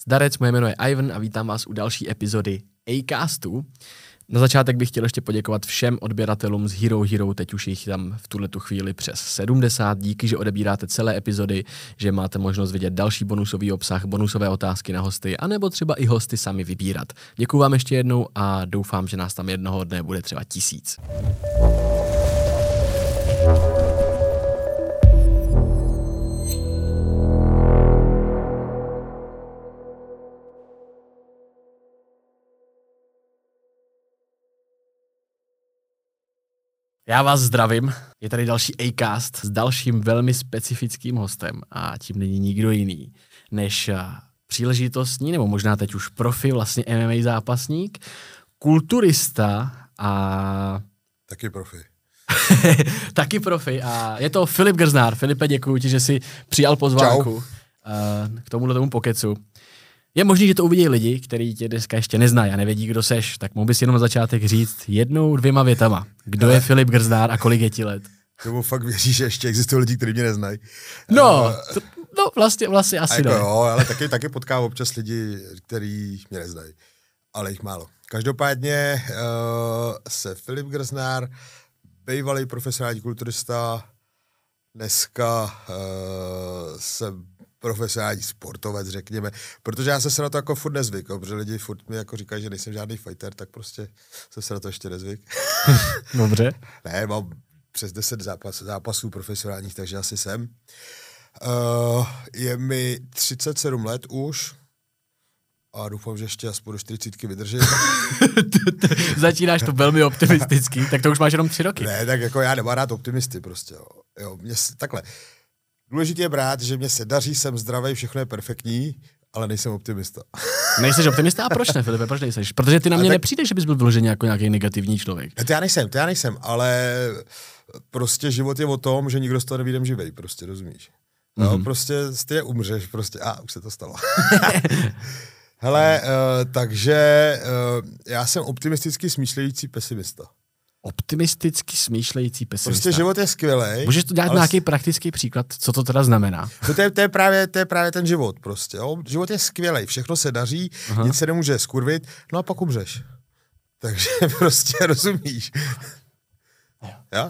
Zdarec, moje jméno je Ivan a vítám vás u další epizody Acastu. Na začátek bych chtěl ještě poděkovat všem odběratelům z Hero Hero, teď už jich tam v tuhletu chvíli přes 70. Díky, že odebíráte celé epizody, že máte možnost vidět další bonusový obsah, bonusové otázky na hosty, anebo třeba i hosty sami vybírat. Děkuju vám ještě jednou a doufám, že nás tam jednoho dne bude třeba 1000. Já vás zdravím, je tady další Acast s dalším velmi specifickým hostem a tím není nikdo jiný než příležitostní, nebo možná teď už profi, vlastně MMA zápasník, kulturista a... Taky profi. Taky profi a je to Filip Grznár. Filipe, děkuji ti, že jsi přijal pozvánku k tomu pokecu. Je možný, že to uvidí lidi, kteří tě dneska ještě neznají a nevědí, kdo seš, tak mohl bys jenom na začátek říct jednou, 2 větama. Kdo je Filip Grznár a kolik je ti let? Tomu fakt věříš, že ještě existují lidi, kteří mě neznají. No, vlastně asi jako ne. Jo, ale taky potkám občas lidi, kteří mě neznají. Ale jich málo. Každopádně se Filip Grznár, bývalý profesionální kulturista, dneska jsem profesionální sportovec, řekněme, protože já jsem se na to jako furt nezvyk, protože lidi furt mi jako říkají, že nejsem žádný fighter, tak prostě jsem se na to ještě nezvyk. Dobře. Ne, mám přes 10 zápasů profesionálních, takže asi jsem. Je mi 37 let už a doufám, že ještě aspoň do 40 vydržím. Začínáš to velmi optimistický, tak to už máš jenom 3 roky. Ne, tak jako já nemám rád optimisty prostě. Jo, takhle. Důležitě je brát, že mě se daří, jsem zdravý, všechno je perfektní, ale nejsem optimista. Nejseš optimista? A proč ne, Filipe, proč nejseš? Protože ty na mě nepřijdeš, že bys byl vyloženě jako nějaký negativní člověk. To já nejsem, ale prostě život je o tom, že nikdo z toho nevyjdem živej, prostě, rozumíš? No, prostě stejně umřeš, prostě, už se to stalo. Hele, takže já jsem optimisticky smýšlející pesimista. Optimisticky smýšlející pesimista. Prostě život je skvělej. Můžeš to dát nějaký praktický příklad, co to teda znamená? To je právě ten život prostě. Jo? Život je skvělej, všechno se daří, nic se nemůže skurvit, no a pak umřeš. Takže prostě rozumíš. Jo?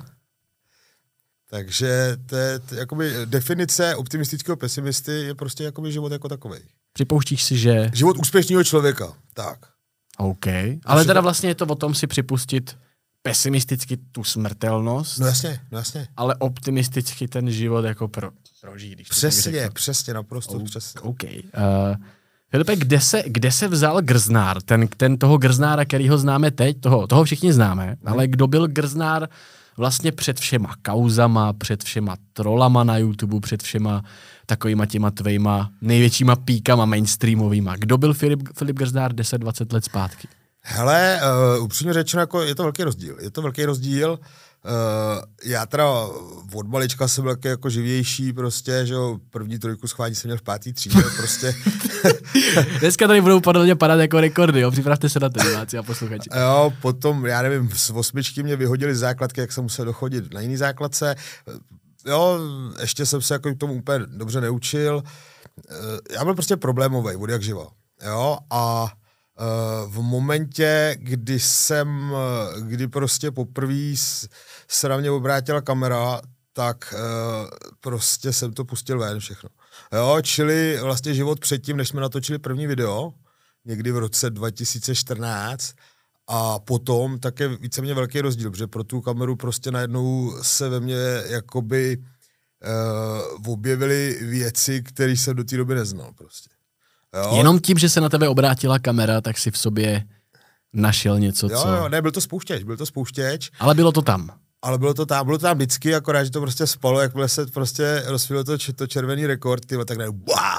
Takže to je jakoby definice optimistického pesimisty je prostě jakoby život jako takovej. Připouštíš si, že... Život úspěšného člověka, tak. OK, ale teda vlastně je to o tom si připustit pesimisticky tu smrtelnost. No jasně. Ale optimisticky ten život jako prožít. Přesně, naprosto přesně. OK. Filipe, kde se vzal Grznár? Ten toho Grznára, kterýho známe teď, toho všichni známe, ale kdo byl Grznár vlastně před všema kauzama, před všema trolama na YouTube, před všema takovýma těma tvejma největšíma píkama mainstreamovýma. Kdo byl Filip Grznár 10-20 let zpátky? Hele, upřímně řečeno, jako je to velký rozdíl. Já teda od malička jsem byl jako živější, prostě, že jo, první 3 schválení jsem měl v 5. třídě, prostě. Dneska tady budou podle mě padat jako rekordy, jo, připravte se na to, diváci a posluchači. Jo, potom, já nevím, z 8 mě vyhodili z základky, jak jsem musel dochodit na jiný základce. Jo, ještě jsem se jako k tomu úplně dobře neučil. Já byl prostě problémový, od jak živa. Jo, a v momentě, kdy prostě poprvé se na mě obrátila kamera, tak prostě jsem to pustil ven všechno. Jo, čili vlastně život předtím, než jsme natočili první video, někdy v roce 2014, a potom také víceméně velký rozdíl, protože pro tu kameru prostě najednou se ve mně jakoby objevily věci, které jsem do té doby neznal prostě. Jo? Jenom tím, že se na tebe obrátila kamera, tak si v sobě našel něco, co... Jo, ne, byl to spouštěč. Ale bylo to tam. Ale bylo to tam vždycky, akorát, že to prostě spalo, jakmile se prostě rozsvítilo to červený rekord, tak ne,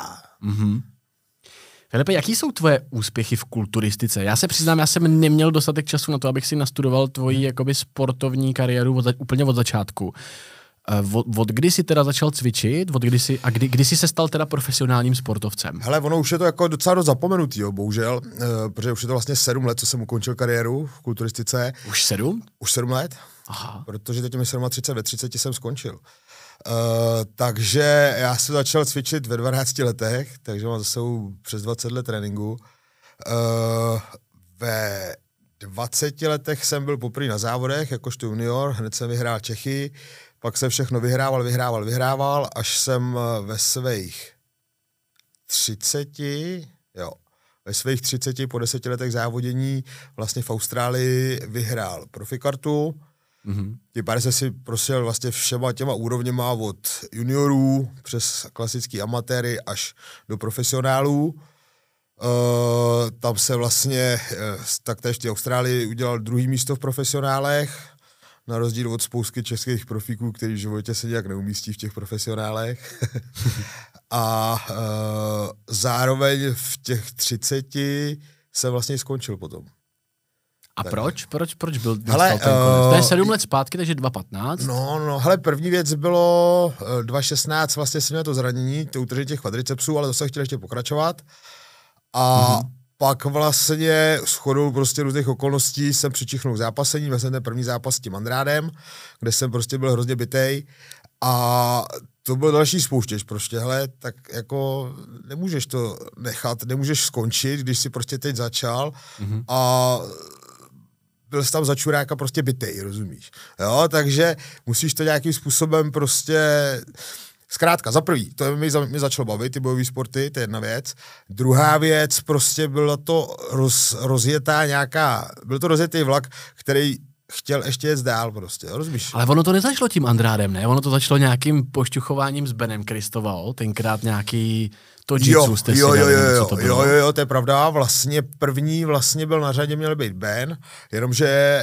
Filipe, jaký jsou tvoje úspěchy v kulturistice? Já se přiznám, já jsem neměl dostatek času na to, abych si nastudoval tvoji jakoby sportovní kariéru úplně od začátku. Od kdy jsi teda začal cvičit? Kdy jsi se stal teda profesionálním sportovcem? Hele, ono už je to jako docela dost zapomenutý, bohužel, protože už je to vlastně 7 let, co jsem ukončil kariéru v kulturistice. Už 7? Už 7 let. Aha. Protože teď mi 37, ve 30 jsem skončil. Takže já jsem začal cvičit ve 12 letech, takže mám zase přes 20 let tréninku. Ve 20 letech jsem byl poprvé na závodech, jakožto junior, hned jsem vyhrál Čechy, pak jsem všechno vyhrával, až jsem ve svých 30 po 10 letech závodění vlastně v Austrálii vyhrál profikartu. Tím pádem jsem si prošel vlastně všema těma úrovněma od juniorů přes klasický amatéry až do profesionálů. Tam se vlastně taktéž v té Austrálii udělal druhý místo v profesionálech, na rozdíl od spousty českých profíků, kteří v životě se nějak neumístí v těch profesionálech. A zároveň v těch 30 jsem vlastně skončil potom. A tak. Proč byl nastal ten konec? To je 7 let zpátky, takže 2015. No, hele, první věc bylo 2016, vlastně jsem měl to zranění, to utržení těch kvadricepsů, ale to jsem chtěl ještě pokračovat. A pak vlastně shodou prostě různých okolností jsem přičichnul k zápasení, vlastně ten první zápas s tím Andrádem, kde jsem prostě byl hrozně bitej a to byl další spouštěč prostě, hele, tak jako nemůžeš to nechat, nemůžeš skončit, když si prostě teď začal a byl jsi tam za čuráka prostě bitej, rozumíš? Jo, takže musíš to nějakým způsobem prostě... Zkrátka, za prvý, to mi začalo bavit, ty bojové sporty, to je jedna věc. Druhá věc, prostě bylo to byl to rozjetý vlak, který chtěl ještě jet dál prostě, rozumíš? Ale ono to nezačalo tím Andrádem, ne? Ono to začalo nějakým pošťuchováním s Benem Kristoval, tenkrát nějaký to-jitsu jste si dali, co to bylo. Jo, to je pravda, vlastně první byl na řadě, měl být Ben, jenomže...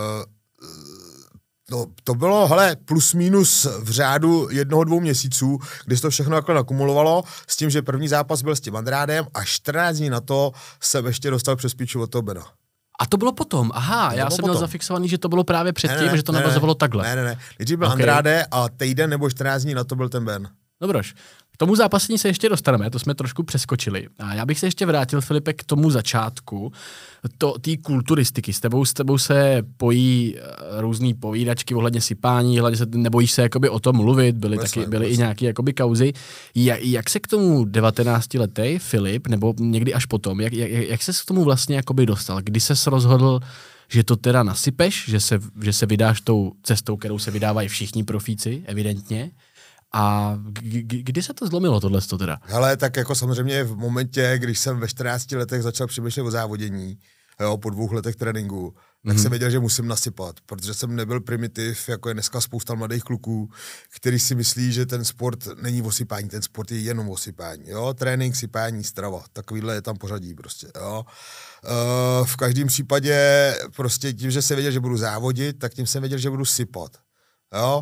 No, to bylo, hele, plus minus v řádu 1-2 měsíců, kdy se to všechno jako nakumulovalo, s tím, že první zápas byl s tím Andrádem a 14 dní na to jsem ještě dostal přes píču od toho Bena. A to bylo potom, aha, já jsem měl zafixovaný, že to bylo právě předtím, že to navazovalo takhle. Ne. Nejdřív byl Andráde a týden nebo 14 dní na to byl ten Ben. Dobroš. K tomu zápasení se ještě dostaneme, to jsme trošku přeskočili. A já bych se ještě vrátil, Filipe, k tomu začátku, té kulturistiky. S tebou se pojí různý povídačky ohledně sypání, nebojíš se jakoby o tom mluvit, byly i nějaké jakoby kauzy. Jak se k tomu 19letý Filip, nebo někdy až potom, jak se k tomu vlastně jakoby dostal? Kdy ses rozhodl, že to teda nasypeš, že se vydáš tou cestou, kterou se vydávají všichni profíci, evidentně? A kdy se to zlomilo, tohleto teda? Hele, tak jako samozřejmě v momentě, když jsem ve 14 letech začal přemýšlet o závodění, jo, po 2 letech tréninku, tak jsem věděl, že musím nasypat, protože jsem nebyl primitiv, jako je dneska spousta mladých kluků, který si myslí, že ten sport není o sypání, ten sport je jenom o sypání, jo, trénink, sypání, strava, takovýhle je tam pořadí prostě, jo. V každém případě prostě tím, že jsem věděl, že budu závodit, tak tím jsem věděl, že budu sypat, jo.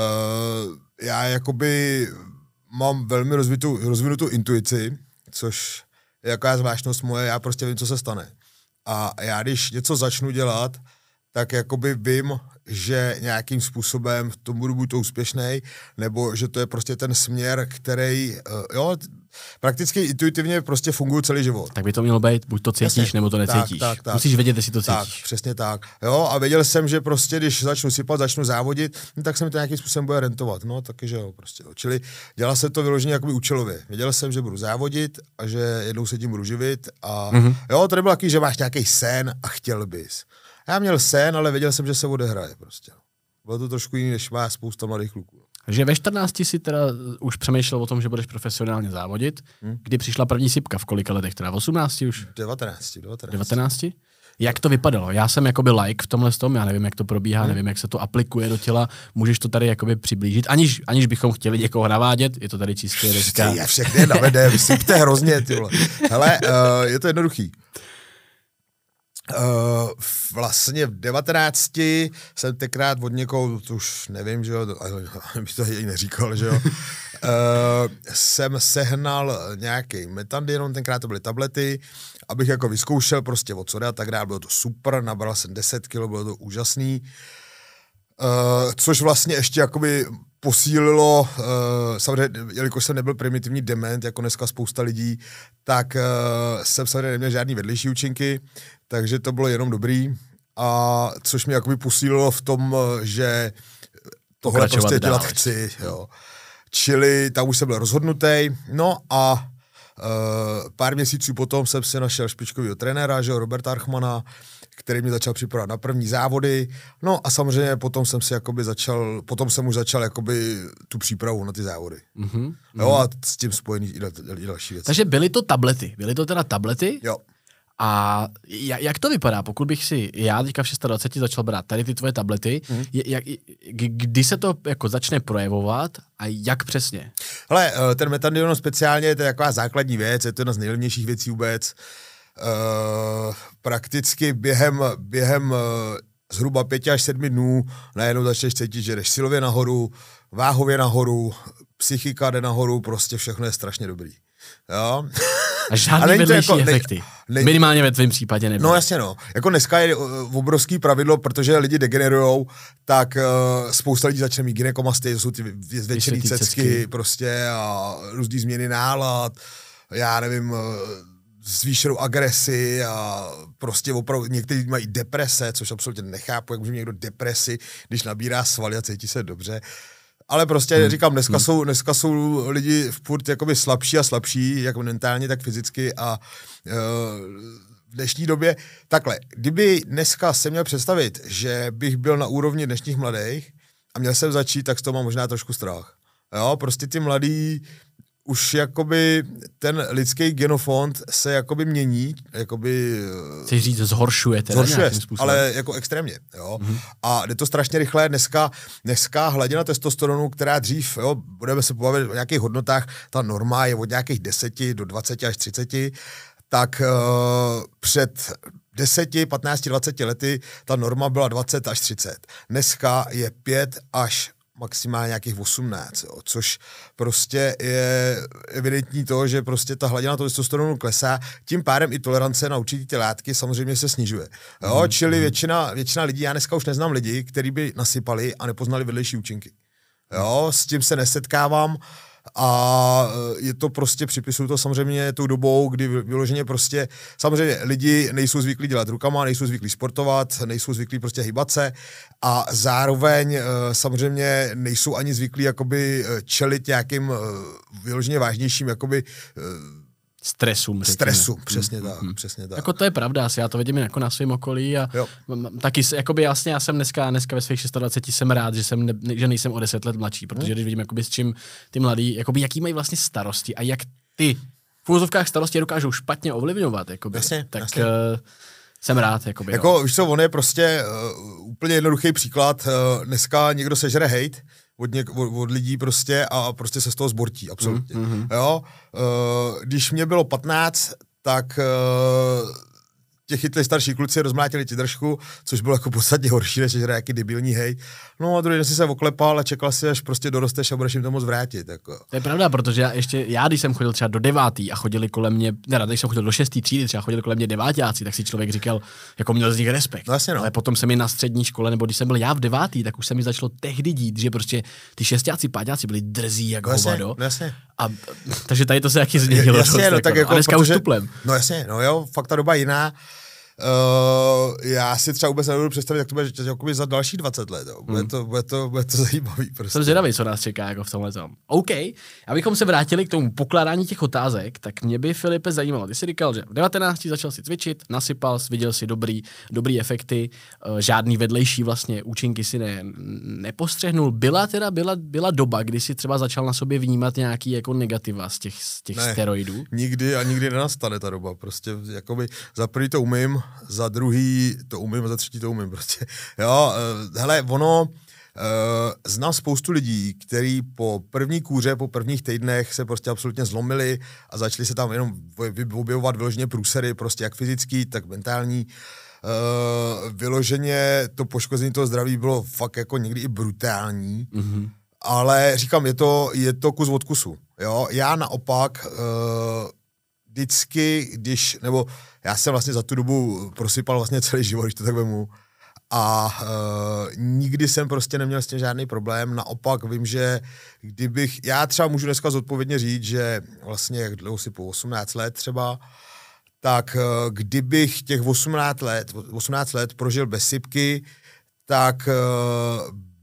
Já jakoby mám velmi rozvinutou intuici, což je jaká zvláštnost moje, já prostě vím, co se stane. A já když něco začnu dělat, tak jakoby vím, že nějakým způsobem v tom budu buď to úspěšnej, nebo že to je prostě ten směr, který, jo, prakticky intuitivně prostě fungují celý život. Tak by to mělo být, buď to cítíš, jasně, nebo to necítíš. Tak. Musíš vědět, jestli to cítíš. Tak, přesně tak. Jo, a věděl jsem, že prostě, když začnu sypat, začnu závodit, tak se mi to nějakým způsobem bude rentovat. No, taky, že jo, prostě. Čili dělal jsem to vyloženě jakoby účelově. Věděl jsem, že budu závodit a že jednou se tím budu živit a jo, to nebylo taky, že máš nějaký sen a chtěl bys. Já měl sen, ale věděl jsem, že se odehraje prostě. Bylo to trošku jiný, než má spousta mladých kluků. Takže ve 14 si teda už přemýšlel o tom, že budeš profesionálně závodit. Kdy přišla první sypka? V kolika letech? Teda v 18 už? 19? Jak to vypadalo? Já jsem jakoby like v tomhle tom, já nevím, jak to probíhá, nevím, jak se to aplikuje do těla. Můžeš to tady jakoby přiblížit, aniž bychom chtěli někoho navádět, je to tady čistě dneska. Já všechny navedem, sypte hrozně, tyhle. Hele, je to jednoduchý. Vlastně v 19 jsem tenkrát od někoho, to už nevím, že jo, bych to i neříkal, že jo, jsem sehnal nějaký metandieron, tenkrát to byly tablety, abych jako vyzkoušel prostě od soda a tak dále, bylo to super, nabral jsem 10 kg, bylo to úžasný, což vlastně ještě jakoby posílilo, samozřejmě, jelikož jsem nebyl primitivní dement, jako dneska spousta lidí, tak jsem samozřejmě neměl žádný vedlejší účinky, takže to bylo jenom dobrý, a což mě jakoby posílilo v tom, že tohle prostě dělat chci, jo. Čili tam už jsem byl rozhodnutý, no a pár měsíců potom jsem si našel špičkovýho trenéra, že jo, Roberta Archmana, který mě začal připravovat na první závody, no a samozřejmě potom jsem už začal jakoby tu přípravu na ty závody. Jo, a s tím spojený i další věci. Takže byly to teda tablety? Jo. A jak to vypadá, pokud bych si já teďka v 26 začal brát tady ty tvoje tablety, kdy se to jako začne projevovat a jak přesně? Hele, ten metadionon speciálně, to je taková základní věc, je to jedna z nejlevnějších věcí vůbec. Prakticky během zhruba 5 až 7 dnů najednou začneš cítit, že jdeš silově nahoru, váhově nahoru, psychika jde nahoru, prostě všechno je strašně dobrý. Jo? A žádný vedlejší efekty. Minimálně ve tvém případě nebylo. No jasně no. Jako dneska je obrovský pravidlo, protože lidi degenerujou, tak spousta lidí začne mít gynekomastie, to jsou ty zvětšený cecky prostě a různý změny nálad, já nevím, zvýšenou agresi a prostě opravdu někteří mají deprese, což absolutně nechápu, jak může mít někdo depresi, když nabírá svaly a cítí se dobře. Ale prostě říkám, dneska jsou lidi furt jakoby slabší a slabší, jak mentálně, tak fyzicky a v dnešní době, takhle, kdyby dneska se měl představit, že bych byl na úrovni dnešních mladých a měl jsem začít, tak z toho mám možná trošku strach. Jo, prostě ty mladí už jakoby ten lidský genofond se jakoby mění, jakoby... Chceš říct, zhoršuje nějakým způsobem. Ale jako extrémně, jo. A jde to strašně rychle, dneska hladina testosteronu, která dřív, jo, budeme se pobavit o nějakých hodnotách, ta norma je od nějakých 10 do 20 až 30, tak před 10, 15, 20 lety ta norma byla 20 až 30. Dneska je 5 až maximálně nějakých 18, jo, což prostě je evidentní to, že prostě ta hladina testosteronu klesá, tím pádem i tolerance na určitý ty látky samozřejmě se snižuje. Jo, čili většina lidí, já dneska už neznám lidi, kteří by nasypali a nepoznali vedlejší účinky. Jo, s tím se nesetkávám a je to prostě, připisuju to samozřejmě tou dobou, kdy vyloženě prostě, samozřejmě lidi nejsou zvyklí dělat rukama, nejsou zvyklí sportovat, nejsou zvyklí prostě hýbat se a zároveň samozřejmě nejsou ani zvyklí jakoby čelit nějakým vyloženě vážnějším jakoby Stresům, přesně tak. Jako to je pravda, já to vidím jako na svém okolí a taky jakoby jasně, já jsem dneska ve svých 26 jsem rád, že nejsem o 10 let mladší, protože když vidím jakoby s čím ty mladí, jakoby jaký mají vlastně starosti a jak ty v úvozovkách starosti dokážou špatně ovlivňovat, jakoby, jasně. Jsem rád, jakoby. Jako, víš co, on je prostě úplně jednoduchý příklad, dneska někdo sežere hejt, od lidí prostě a prostě se z toho zbortí, absolutně. Jo? Když mě bylo 15, tak tě chytli starší kluci, rozmlátili ti držku, což bylo jako podstatně horší, než nějaký debilní hejt. No a druhý den si se oklepal a čekal si, až prostě dorosteš a budeš jim to moc vrátit. Jako. To je pravda, protože já když jsem chodil třeba do 9. a chodili kolem mě, když jsem chodil do 6. třídy, třeba chodili kolem mě 9áci, tak si člověk říkal, jako měl z nich respekt. No, jasně, no. Ale potom se mi na střední škole, nebo když jsem byl já v 9., tak už se mi začalo tehdy dít, že prostě ty 6áci, 5áci byli drzí jak hovado. Jasně. A takže tady to se jaký změnilo. Jasně, no, tak jako, a dneska už tuplem. No jasně, no jo, fakt ta doba jiná. Já si třeba vůbec nebudu představit, jak to bude jakoby za další 20 let. Bude to zajímavý. Prostě. Jsem zvědavý, co nás čeká jako v tomhle tom. OK, abychom se vrátili k tomu pokládání těch otázek, tak mě by, Filipe, zajímalo. Ty jsi říkal, že v 19 začal si cvičit, nasypal, viděl si dobrý efekty, žádný vedlejší vlastně účinky si nepostřehnul. Byla doba, kdy si třeba začal na sobě vnímat nějaký jako negativa z těch steroidů? Nikdy a nikdy nenastane ta doba. Prostě jakoby za první to umím, za druhý to umím a za třetí to umím prostě. Jo, hele, znám spoustu lidí, kteří po první kůře, po prvních týdnech se prostě absolutně zlomili a začali se tam jenom objevovat vyloženě průsery, prostě jak fyzický, tak mentální. Vyloženě to poškození toho zdraví bylo fakt jako někdy i brutální, ale říkám, je to kus od kusu. Jo? Já naopak vždycky, já jsem vlastně za tu dobu prosypal vlastně celý život, když to tak vemu. A nikdy jsem prostě neměl s tím žádný problém. Naopak vím, že já třeba můžu dneska zodpovědně říct, že vlastně jak dlouho si po 18 let třeba, tak kdybych těch 18 let prožil bez sypky, tak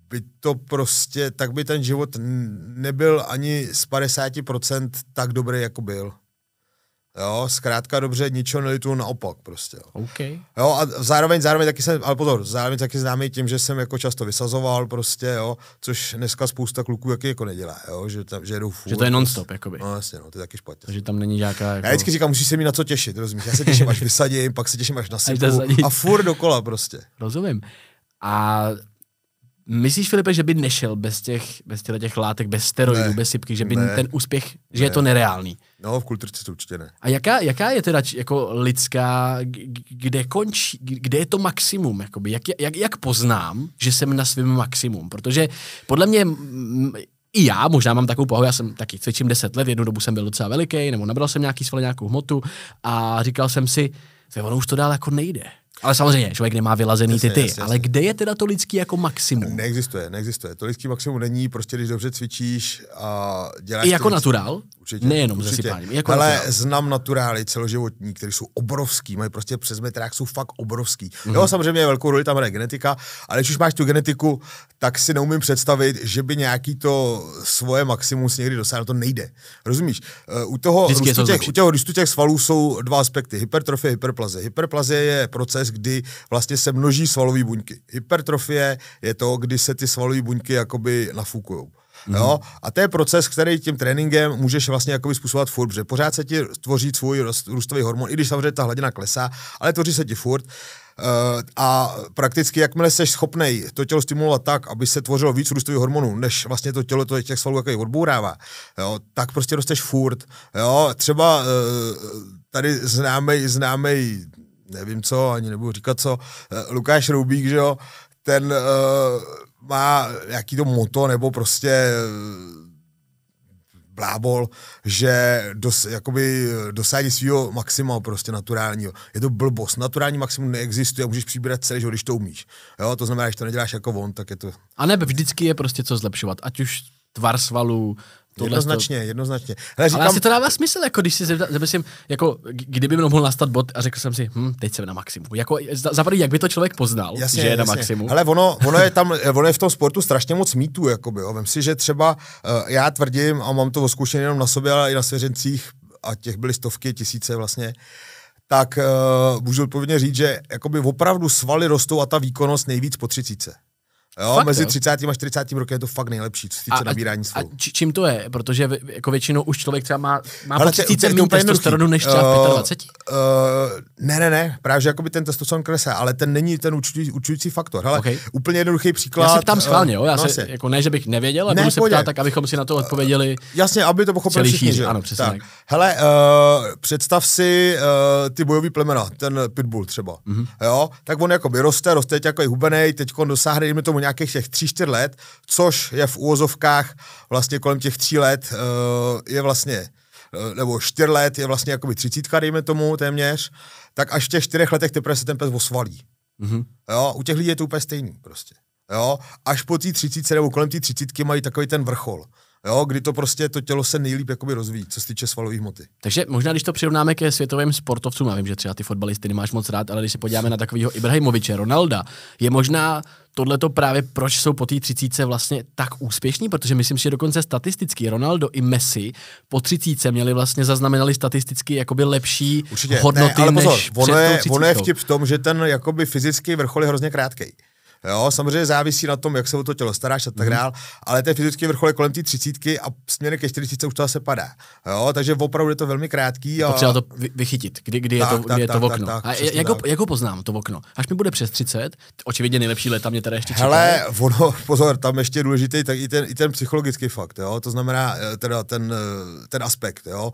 by to prostě, tak by ten život nebyl ani z 50% tak dobrý, jako byl. Jo, zkrátka dobře, ničeho nelituju, naopak prostě. Jo. Okay. Jo, a zároveň taky jsem, ale pozor, zároveň taky známý tím, že jsem jako často vysazoval prostě, jo, což dneska spousta kluků jaký jako nedělá, jo, že jedou furt. Že to je non-stop, jakoby. No jasně, no, to je taky špatně. Takže tam není nějaká jako... Já vždycky říkám, musíš se mít na co těšit, rozumíš? Já se těším, až vysadím, pak se těším, až nasypu a furt dokola prostě. Rozumím. A myslíš, Filipe, že by nešel bez těch látek, bez steroidů, bez sypky, že by ten úspěch, že je to nereálný? No, v kulturice to určitě ne. A jaká je teda jako lidská, kde končí, kde je to maximum? Jakoby? Jak poznám, že jsem na svém maximum? Protože podle mě i já možná mám takovou pohodu, já jsem taky cvičím 10 let, jednu dobu jsem byl docela veliký, nebo nabral jsem nějaký svaly, nějakou hmotu a říkal jsem si, že ono už to dál jako nejde. Ale samozřejmě, člověk nemá vylazený ty, ale kde je teda to lidský jako maximum? Neexistuje. To lidský maximum není, prostě když dobře cvičíš a děláš... I jako naturál? Určitě. Nejenom se sypáním. Jako ale naturál. Znám naturály celoživotní, které jsou obrovský, mají prostě přes metrák, jsou fakt obrovský. Jo, samozřejmě velkou roli tam hraje genetika, ale když už máš tu genetiku, tak si neumím představit, že by nějaký to svoje maximum si někdy dosáhlo, to nejde. Rozumíš? U toho růstu těch svalů jsou dva aspekty, hypertrofie, hyperplazie. Hyperplazie je proces, kdy vlastně se množí svalové buňky. Hypertrofie je to, kdy se ty svalové buňky jakoby nafukujou. Jo? A to je proces, který tím tréninkem můžeš vlastně jakoby způsobovat furt, protože pořád se ti tvoří svůj růstový hormon, i když samozřejmě ta hladina klesá, ale tvoří se ti furt. A prakticky, jakmile jsi schopnej to tělo stimulovat tak, aby se tvořilo víc růstových hormonů, než vlastně to tělo těch svalů jako odbourává, jo, tak prostě rosteš furt. Jo? Třeba tady známej, nevím co, ani nebudu říkat co, Lukáš Roubík, že jo, ten má nějaký to moto, nebo prostě blábol, že dosádí svýho maxima prostě naturálního. Je to blbost, naturální maximum neexistuje a můžeš přibírat celý život, když to umíš. Jo, to znamená, když to neděláš jako on, tak je to... A ne, vždycky je prostě co zlepšovat, ať už tvar svalů, jednoznačně. Ale asi to dává smysl, jako když si zamyslím, jako kdyby mohl nastat bod a řekl jsem si, teď jsem na maximu. Jako zaprvé, jak by to člověk poznal, že je na maximu. Ale ono je v tom sportu strašně moc mýtů, jakoby, jo. Vem si, že třeba já tvrdím, a mám to oskoušené jenom na sobě, ale i na svěřencích, a těch byly stovky, tisíce vlastně, tak můžu odpovědně říct, že jakoby opravdu svaly rostou a ta výkonnost nejvíc po 30. Jo, fakt, mezi 30. a 40. rokem je to fakt nejlepší, co se týče nabírání svalů. A čím to je? Protože jako většinou už člověk třeba má po 30 méně testosteronu než třeba v 25? Ne, právě že jakoby ten testosteron klesá, ale ten není ten určující faktor. Hele, úplně jednoduchý příklad. Já se ptám schválně, jo? Jako ne, že bych nevěděl, ale budu se ptát tak, abychom si na to odpověděli. Jasně, aby to pochopili všichni. Ano, přesně tak. Hele, představ si ty bojový plemena, ten pitbull třeba. Jo? Tak on jakoby roste jako hubenej, teďko dosáhne, dejme tomu nějakých těch 3-4 let, což je v úvozovkách vlastně kolem těch 3 let je vlastně, nebo 4 let je vlastně jakoby 30, dejme tomu téměř, tak až v těch 4 letech teprve se ten pes osvalí. Jo, u těch lidí je to úplně stejný prostě. Jo, až po té 30 nebo kolem té 30 mají takový ten vrchol. Jo, kdy to prostě to tělo se nejlíp jakoby rozvíjí, co se týče svalové hmoty. Takže možná, když to přirovnáme ke světovým sportovcům, já vím, že třeba ty fotbalisty nemáš moc rád, ale když se podíváme na takového Ibrahimoviče, Ronalda, je možná tohleto právě, proč jsou po té 30 vlastně tak úspěšní, protože myslím, že dokonce statisticky Ronaldo i Messi po 30 měli vlastně zaznamenali statisticky jakoby lepší hodnoty ale pozor, než ono je vtip v tom, že ten jakoby fyzický vrchol je hrozně krátký. Jo, samozřejmě závisí na tom, jak se o to tělo staráš a tak dál, ale ten fyzický vrchol je kolem té 30 a směrem ke 40 už to zase padá. Jo, takže opravdu je to velmi krátký. A... Potřeba to vychytit, kdy je to okno. A jak ho poznám, to okno? Až mi bude přes 30, očividně nejlepší léta mě teda ještě čekají. Hele, pozor, tam ještě je důležitý tak i ten psychologický fakt, jo, to znamená teda ten aspekt, jo.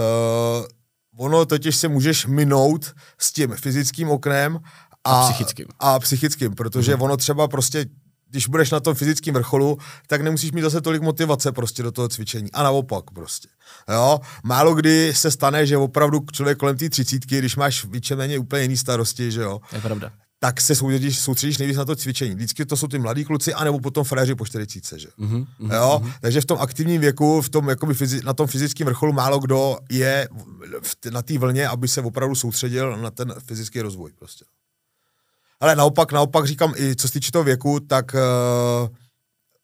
Ono totiž se můžeš minout s tím fyzickým oknem a psychickým, protože ono třeba prostě, když budeš na tom fyzickém vrcholu, tak nemusíš mít zase tolik motivace prostě do toho cvičení. A naopak prostě. Jo? Málo kdy se stane, že opravdu člověk kolem té 30, když máš víceméně úplně jiný starosti, že jo. Je pravda. Tak se soustředíš nejvíc na to cvičení. Vždycky to jsou ty mladí kluci, anebo potom frajeři po 40, že? Jo? Takže v tom aktivním věku, v tom, jakoby na tom fyzickém vrcholu málo kdo je na té vlně, aby se opravdu soustředil na ten fyzický rozvoj prostě. Ale naopak říkám, i co se týče toho věku, tak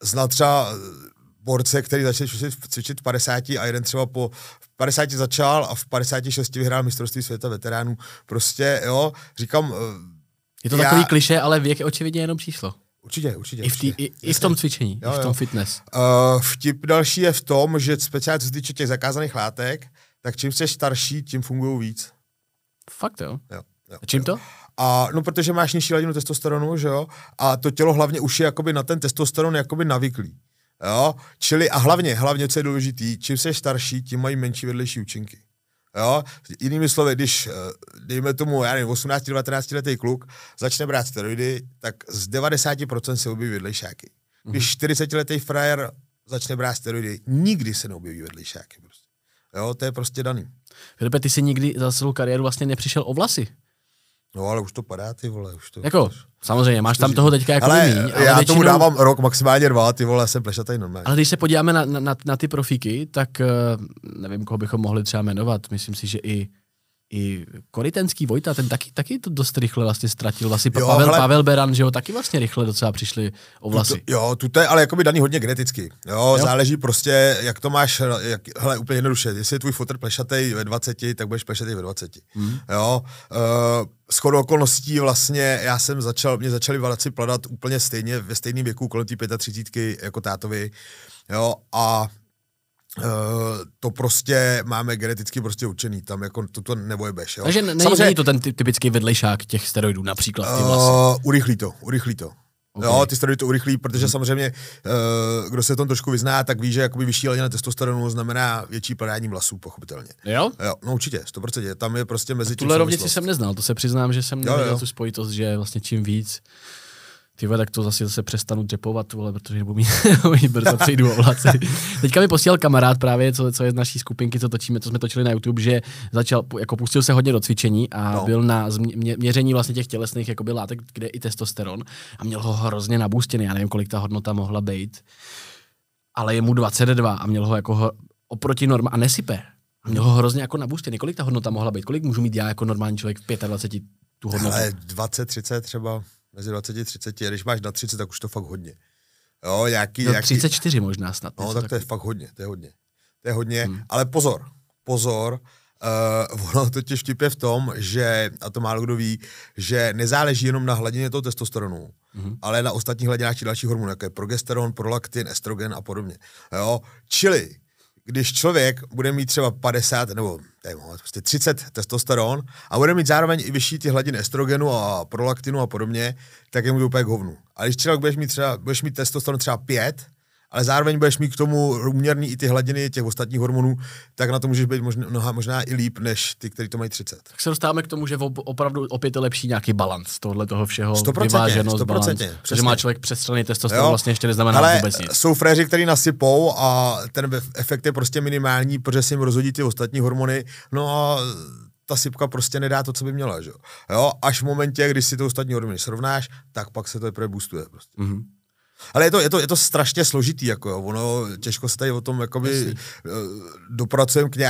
znal třeba borce, který začal cvičit v 50 a jeden třeba po 50 začal a v 56 vyhrál mistrovství světa veteránů. Prostě, jo, říkám... Je to takový klišé, ale věk je očividně jenom číslo. Určitě. I v tom cvičení, i v tom fitness. Vtip další je v tom, že speciálně co se týče těch zakázaných látek, tak čím jsi starší, tím fungují víc. Fakt jo? Jo. A čím to? No, protože máš nižší hladinu testosteronu, že jo? A to tělo hlavně už je jakoby na ten testosteron jakoby navyklý. Jo? Čili a hlavně, co je důležitý, čím jsi starší, tím mají menší vedlejší účinky. Jo? Jinými slovy, když, dejme tomu, já nevím, 18-19 letý kluk začne brát steroidy, tak z 90% se objeví vedlejšáky. Když 40letý frajer začne brát steroidy, nikdy se neobjeví vedlejšáky. Prostě. Jo, to je prostě daný. Filipe, ty jsi nikdy za celou kariéru vlastně nepřišel o vlasy. No, ale už to padá, ty vole. Už to, jako, samozřejmě, máš tam toho teďka jako ale míň. Ale já většinou... tomu dávám rok, maximálně 2, ty vole, jsem plešatej normálně. Ale když se podíváme na ty profíky, tak nevím, koho bychom mohli třeba jmenovat. Myslím si, že i Korytenský Vojta, ten taky to dost rychle vlastně ztratil vlasy. Pavel Beran, že jo, taky vlastně rychle docela přišli o vlasy. Tuto je ale jakoby daný hodně geneticky. Jo, záleží prostě, jak to máš, hele, úplně jednoduše. Jestli je tvůj fotr plešatej ve 20, tak budeš plešatej ve 20. Jo, shodou okolností vlastně mě začali vlasy pladat úplně stejně, ve stejném věku, kolem té 35 jako tátovi. Jo, a to prostě máme geneticky prostě určený, tam jako to nebojebeš. Jo? Takže není to ten typický vedlejšák těch steroidů, například ty vlasy? Urychlí to. Okay. Jo, ty steroidy to urychlí, protože samozřejmě, kdo se v tom trošku vyzná, tak ví, že jakoby vyšší hladina testosteronu znamená větší padání vlasů, pochopitelně. Jo? No určitě, 100%. Tam je prostě mezi tím tuhle rovnici jsem neznal, to se přiznám, že jsem nevěděl tu spojitost, že vlastně čím víc. Ty vole, tak to zase přestanu dřepovat, vole, protože nebudu mít brzo přejdu o vlasy. Teďka mi posílal kamarád právě, co je z naší skupinky, co jsme točili na YouTube, že pustil se hodně do cvičení a byl na měření vlastně těch tělesných jakoby látek, kde je i testosteron a měl ho hrozně nabůstěný, já nevím, kolik ta hodnota mohla být, ale je mu 22 a měl ho jako oproti norma a nesype. A měl ho hrozně jako nabůstěný. Kolik ta hodnota mohla být? Kolik můžu mít já jako normální člověk v 25 tu hodnotu? Ale 20, 30 třeba. Mezi 20 a 30, a když máš na 30, tak už to fakt hodně. Jo, nějaký 34 možná snad. No, tak to je fakt hodně, to je hodně. Ale pozor, ono totiž vtip je v tom, že, a to málo kdo ví, že nezáleží jenom na hladině toho testosteronu, ale na ostatních hladinách či dalších hormonů, jako je progesteron, prolaktin, estrogen a podobně. Jo, čili když člověk bude mít třeba 50 nebo prostě 30 testosteron a bude mít zároveň i vyšší ty hladiny estrogenu a prolaktinu a podobně, tak je mu to úplně k hovnu. A když třeba budeš mít testosteron třeba 5, ale zároveň budeš mít k tomu úměrný i ty hladiny těch ostatních hormonů, tak na to můžeš být možná i líp, než ty, kteří to mají 30. Tak se dostáváme k tomu, že opravdu opět je lepší nějaký balans toho všeho, 100%, vyváženost, balans. Že má člověk přestřelený testosteron, vlastně ještě neznamená vůbec nic. Jsou fréři, kteří nasypou a ten efekt je prostě minimální, protože se jim rozhodí ty ostatní hormony, no a ta sypka prostě nedá to, co by měla, že jo. Až v momentě, když si to ostatní hormony srovnáš, tak pak se to teprve boostuje prostě. Ale je to strašně složitý, jako jo. Ono těžko se tady o tom jakoby dopracujeme k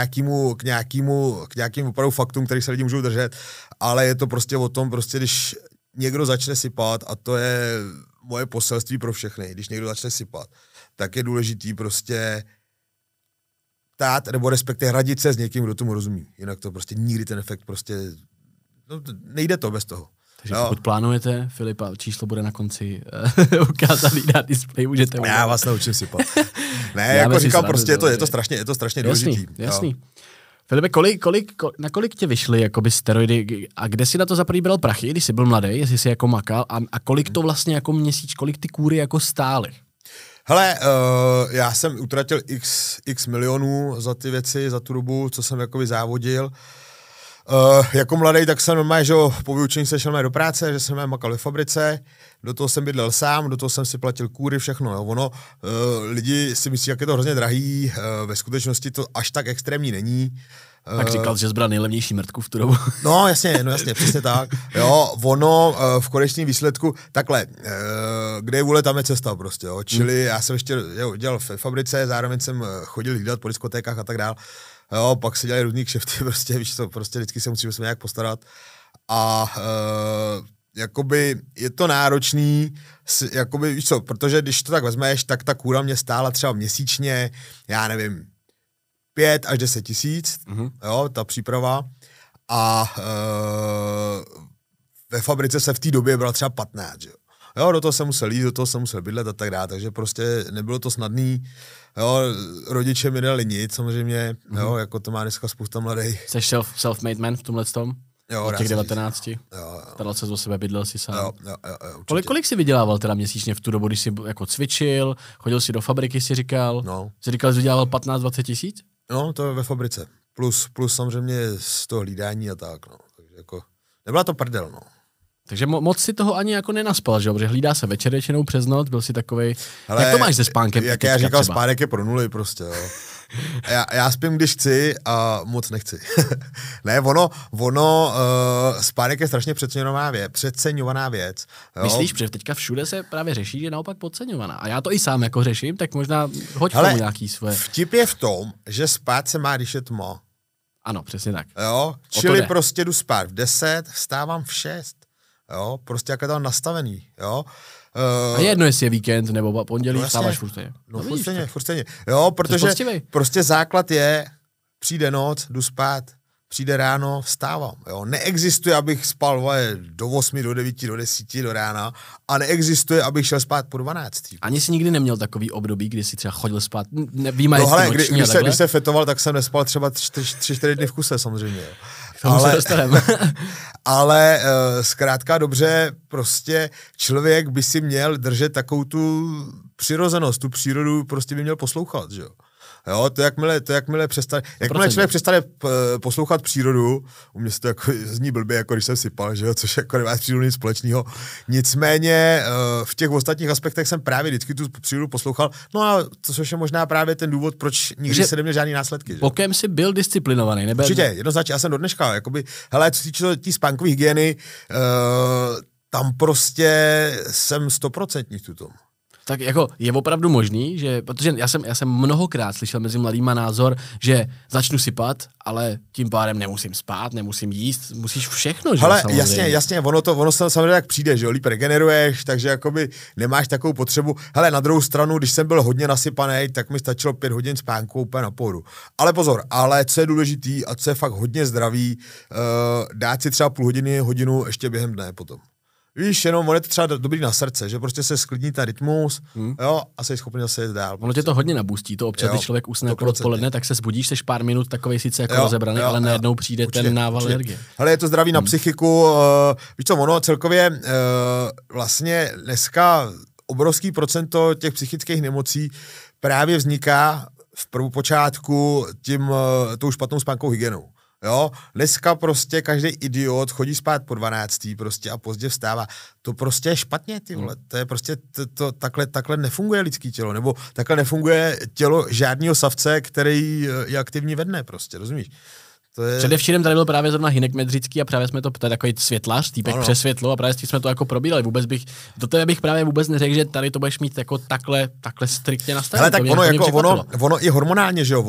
nějakým opravdu faktům, který se lidi můžou držet, ale je to prostě o tom, prostě když někdo začne sypat, a to je moje poselství pro všechny, když někdo začne sypat, tak je důležitý prostě tát, nebo respektive radit se s někým, kdo tomu rozumí. Jinak to prostě nikdy ten efekt prostě, nejde to bez toho. Takže pokud plánujete, Filipa, číslo bude na konci ukázaný na displeji, můžete udělat. Já vás naučím sypat. Ne, jako říkám, prostě je to strašně důležitý. Jasný. Filipe, na kolik tě vyšly jakoby steroidy a kde jsi na to za první bral prachy, když jsi byl mladý, jestli jsi jako makal a kolik to vlastně jako měsíc, kolik ty kůry jako stály? Hele, já jsem utratil x milionů za ty věci, za tu dobu, co jsem jakoby závodil. Jako mladý, tak jsem normálně, že po vyučení se šel do práce, že jsem makal ve fabrice, do toho jsem bydlel sám, do toho jsem si platil kůry, všechno. Jo. Ono, lidi si myslí, jak je to hrozně drahý, ve skutečnosti to až tak extrémní není. Tak říkal, že zbral nejlevnější mrtku v tu dobu. No jasně, přesně tak. Jo, ono v konečném výsledku, takhle, kde je vůle, tam je cesta prostě, jo. Čili já jsem ještě dělal v fabrice, zároveň jsem chodil hlídat po diskotékách a tak dál. Jo, pak se dělají různý kšefty, prostě, víš co, prostě vždycky se musíme nějak postarat. A jakoby je to náročný, jakoby, víš co, protože když to tak vezmeš, tak ta kůra mě stála třeba měsíčně, já nevím, 5 až 10 tisíc, jo, ta příprava. A ve fabrice se v té době byla třeba 15, jo. Jo, do toho jsem musel jít, do toho jsem musel bydlet a tak dále, takže prostě nebylo to snadný. Jo, rodiče mi dali nic, samozřejmě, jo, jako to má dneska spousta mladých. Jsi self-made man v tomhle tom? Jo, od těch 19. Jo. Staral se o sebe, bydlel si sám. Jo, Kolik jsi vydělával teda měsíčně v tu dobu, když jsi jako cvičil, chodil jsi do fabriky, si říkal? No. Jsi říkal, že vydělával 15-20 tisíc? No, to je ve fabrice. Plus samozřejmě z toho hlídání a tak, no. Takže jako, nebyla to prdel, no. Takže moc si toho ani jako nenaspal, že jo? Protože hlídá se večer většinou přes noc, byl si takový. Jak to máš se spánkem? Jak já říkal, třeba? Spánek je pro nuly prostě, jo. Já spím, když chci a moc nechci. Ne, spánek je strašně přeceňovaná věc. Jo? Myslíš, protože teďka všude se právě řeší, že je naopak podceňovaná. A já to i sám jako řeším, tak možná hoď k tomu nějaký svoje. Vtip je v tom, že spát se má, když je tma. Ano, přesně tak. Jo, čili prostě jdu spát v 10, vstávám v 6. Jo, prostě jak je to nastavený, jo. A jedno, jestli je víkend nebo pondělí, vstáváš furt stejně. Furt stejně. Jo, protože prostě základ je, přijde noc, jdu spát, přijde ráno, vstávám. Jo. Neexistuje, abych spal do 8, do 9, do 10, do rána a neexistuje, abych šel spát po 12. Ani jsi nikdy neměl takový období, kdy jsi třeba chodil spát, nevím, když se fetoval, tak jsem nespal třeba 3-4 dny v kuse samozřejmě. Ale zkrátka dobře, prostě člověk by si měl držet takovou tu přirozenost, tu přírodu prostě by měl poslouchat, že jo. Jo, jakmile člověk přestane poslouchat přírodu, u mě se to jako zní blbě, jako když jsem sypal, že jo, což jako nemá s přírodou nic společného. Nicméně v těch ostatních aspektech jsem právě vždycky tu přírodu poslouchal, no a což je možná právě ten důvod, proč nikdy se neměl žádný následky. Že? Bokem si byl disciplinovaný, nebyl? Určitě, jednoznačně, já jsem do dneška, jakoby, hele, co se týče té spánkové hygieny, tam prostě jsem 100% v tom. Tak jako je opravdu možný, že, protože já jsem mnohokrát slyšel mezi mladýma názor, že začnu sypat, ale tím pádem nemusím spát, nemusím jíst, musíš všechno, že? Hele, jasně, ono se samozřejmě tak přijde, že jo, líp regeneruješ, takže jakoby nemáš takovou potřebu. Hele, na druhou stranu, když jsem byl hodně nasypaný, tak mi stačilo 5 hodin spánku úplně na pohodu. Ale pozor, co je důležitý a co je fakt hodně zdravý, dát si třeba půl hodiny, hodinu ještě během dne potom. Víš, jenom on je to třeba dobrý na srdce, že prostě se sklidní ten rytmus, jo, a jsi schopný zase jít dál. Ono tě to hodně nabustí, to občas, když člověk usne jako odpoledne, tak se zbudíš, seš pár minut takovej sice jako rozebraný, ale najednou přijde ten nával energie. Hele, je to zdraví na psychiku, víš co, ono celkově vlastně dneska obrovský procento těch psychických nemocí právě vzniká v prvopočátku tou špatnou spánkovou hygienou. Jo, dneska prostě každý idiot chodí spát po 12. prostě a pozdě vstává. To prostě je špatně, ty vole. To je prostě, takhle nefunguje lidský tělo, nebo takhle nefunguje tělo žádného savce, který je aktivní ve dne prostě, rozumíš? Předevčírem tady byl právě zrovna Hynek Medřický a právě jsme to, tady takový světlař, týpek přes světlo a právě jsme to jako probírali. Do tebe bych právě vůbec neřekl, že tady to budeš mít jako takhle striktně nastavené. Ale tak ono i hormonálně, že jo,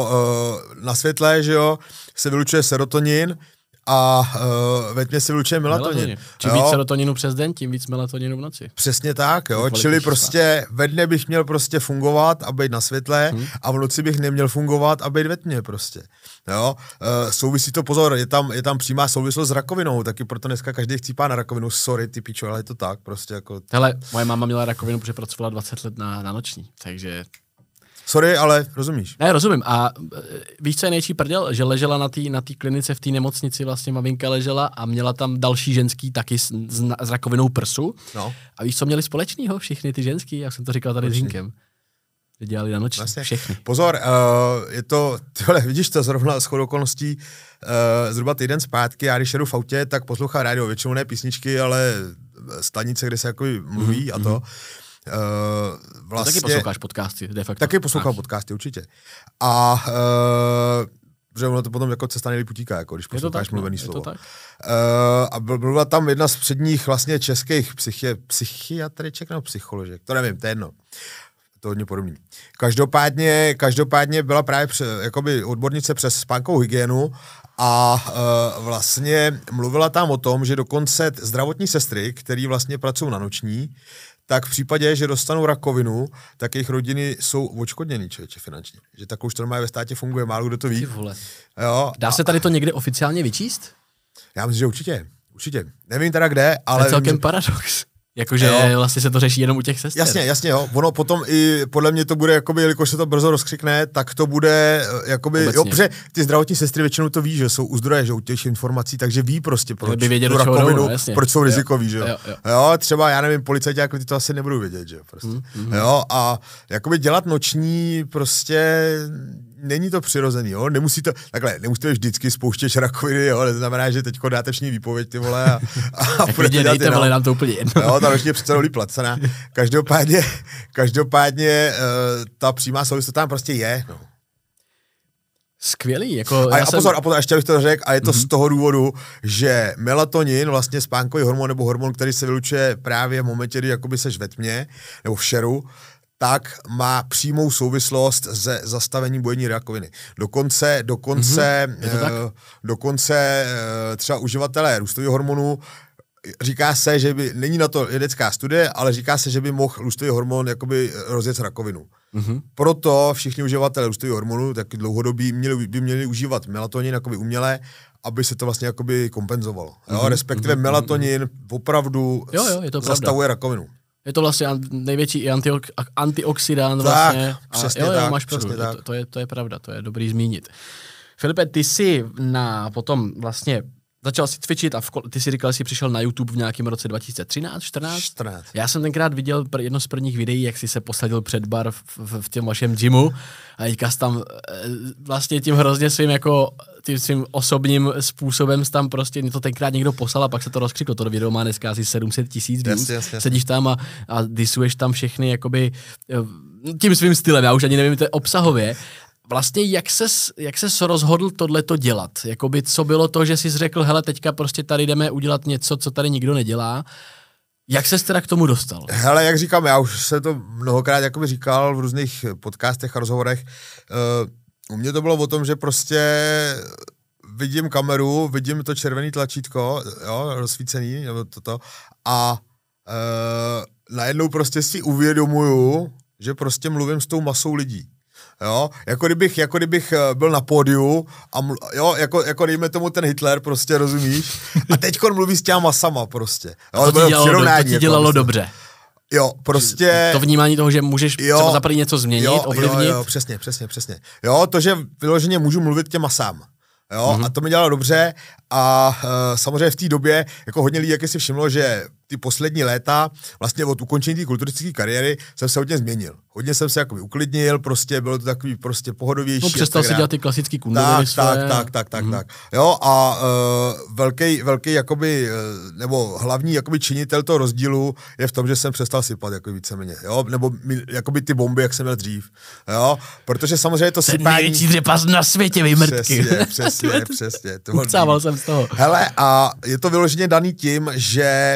na světle, že jo, se vylučuje serotonin a ve tmě se vylučuje melatonin. Čím víc serotoninu přes den, tím víc melatoninu v noci. Přesně tak, jo. Čili prostě ve dne bych měl prostě fungovat a být na světle a v noci bych neměl fungovat a být ve tmě prostě. Jo. Souvisí to, pozor, je tam přímá souvislost s rakovinou, taky proto dneska každý chcípá na rakovinu, sorry ty pičo, ale je to tak prostě jako. Hele, moje máma měla rakovinu, protože pracovala 20 let na noční, takže. Sorry, ale rozumíš. Ne, rozumím. A víš, co je nejčí prdel? Že ležela na té klinice v té nemocnici, vlastně maminka ležela a měla tam další ženský taky s rakovinou prsu. No. A víš, co měli společného všichni ty ženský? Já jsem to říkal tady s Hinkem. Že dělali na noční. Vlastně. Všechny. Pozor, je to, tyhle, vidíš to zrovna shodou okolností, zhruba týden zpátky, já když jedu v autě, tak poslouchám rádio, většinou ne písničky, ale stanice, kde se jako mluví a to. Vlastně, taky posloucháš podcasty, de facto. Taky poslouchám podcasty, určitě. A protože ono to potom jako cesta nejlíp utíká, jako když posloucháš mluvený slovo. A byla tam jedna z předních vlastně českých psychiatriček nebo psycholožek, to nevím, to je jedno. To hodně podobný. Každopádně byla právě jakoby odbornice přes spánkovou hygienu A vlastně mluvila tam o tom, že dokonce zdravotní sestry, který vlastně pracují na noční, tak v případě, že dostanou rakovinu, tak jejich rodiny jsou odškodněný člověče finančně. Že tak už to normálně ve státě funguje, málo kdo to ví. Jo, dá se tady to někde oficiálně vyčíst? Já myslím, že určitě. Nevím teda kde, ale... To je celkem paradox. Jakože vlastně se to řeší jenom u těch sester. Jasně, jo. Ono potom i podle mě to bude, jakoby, jelikož se to brzo rozkřikne, tak to bude, jakoby, jo, protože ty zdravotní sestry většinou to ví, že jsou u zdroje, že u těch informací, takže ví prostě, proč tu rakovinu, proč jsou rizikoví, že jo. Jo, třeba, já nevím, policajti jako ty to asi nebudou vědět, že jo, prostě. Jo, a jakoby dělat noční prostě není to přirozený, jo, nemusíte vždycky spouštět rakoviny, jo, neznamená, že teďko dáte všichni výpověď, ty vole, a budete dejte, vole, nám to úplně jedno. Jo, ta ročně přece dolí placená. Každopádně ta přímá souvislost tam prostě je, no. Skvělý, jako... A pozor, ještě bych to řekl, a je to z toho důvodu, že melatonin, vlastně spánkový hormon, nebo hormon, který se vylučuje právě v momentě, kdy jakoby seš ve tmě, nebo v šeru, tak má přímou souvislost se zastavením bujení rakoviny. Dokonce třeba uživatelé růstového hormonu říká se, že by, není na to vědecká studie, ale říká se, že by mohl růstový hormon jakoby rozjet rakovinu. Proto všichni uživatelé růstového hormonu, taky dlouhodobí, by měli užívat melatonin jakoby uměle, aby se to vlastně jakoby kompenzovalo. Respektive melatonin opravdu zastavuje rakovinu. Je to vlastně největší antioxidant vlastně. Přesně tak, máš pravdu, to je pravda, to je dobrý zmínit. Filipe, ty jsi potom vlastně začal si cvičit a ty si říkal, že jsi přišel na YouTube v nějakém roce 2013, 14? Já jsem tenkrát viděl jedno z prvních videí, jak jsi se posadil před bar v těm vašem gymu a teďka jsi tam vlastně tím hrozně tím svým osobním způsobem tam prostě mě to tenkrát někdo poslal a pak se to rozkřiklo. To video má dneska asi 700 000 views. Sedíš tam a disuješ tam všechny jakoby tím svým stylem, já už ani nevím, to je obsahově. Vlastně jak ses rozhodl tohleto dělat? Jakoby co bylo to, že jsi řekl, hele, teďka prostě tady jdeme udělat něco, co tady nikdo nedělá. Jak ses teda k tomu dostal? Hele, jak říkám, já už jsem to mnohokrát jakoby říkal v různých podcastech a rozhovorech. U mě to bylo o tom, že prostě vidím kameru, vidím to červený tlačítko, jo, rozsvícený, nebo toto, a najednou prostě si uvědomuju, že prostě mluvím s tou masou lidí. Jo, jako kdybych byl na pódiu a jako dejme tomu ten Hitler, prostě, rozumíš? A teďkon mluví s těma masama prostě. Jo, to ti dělalo dobře. Jo, prostě... To vnímání toho, že můžeš třeba za první něco změnit, ovlivnit. Jo, přesně. Jo, to, že vyloženě můžu mluvit těma masám. Jo, a to mi dělalo dobře a samozřejmě v té době jako hodně lidí, jak si všimlo, že ty poslední léta, vlastně od ukončení té kulturistické kariéry jsem se hodně změnil. Hodně jsem se jakoby uklidnil, prostě bylo to takový prostě pohodovější. No přestal si dělat ty klasický kundoviny svoje. Tak. Jo, a velký jakoby, nebo hlavní jakoby činitel toho rozdílu je v tom, že jsem přestal sypat jako víceméně, jo, nebo jakoby ty bomby, jak jsem měl dřív, jo, protože samozřejmě to sypání... Ten největší dřepas na světě, vymrtky. Přesně. Ucával jsem z toho. Hele, a je to vyloženě daný tím, že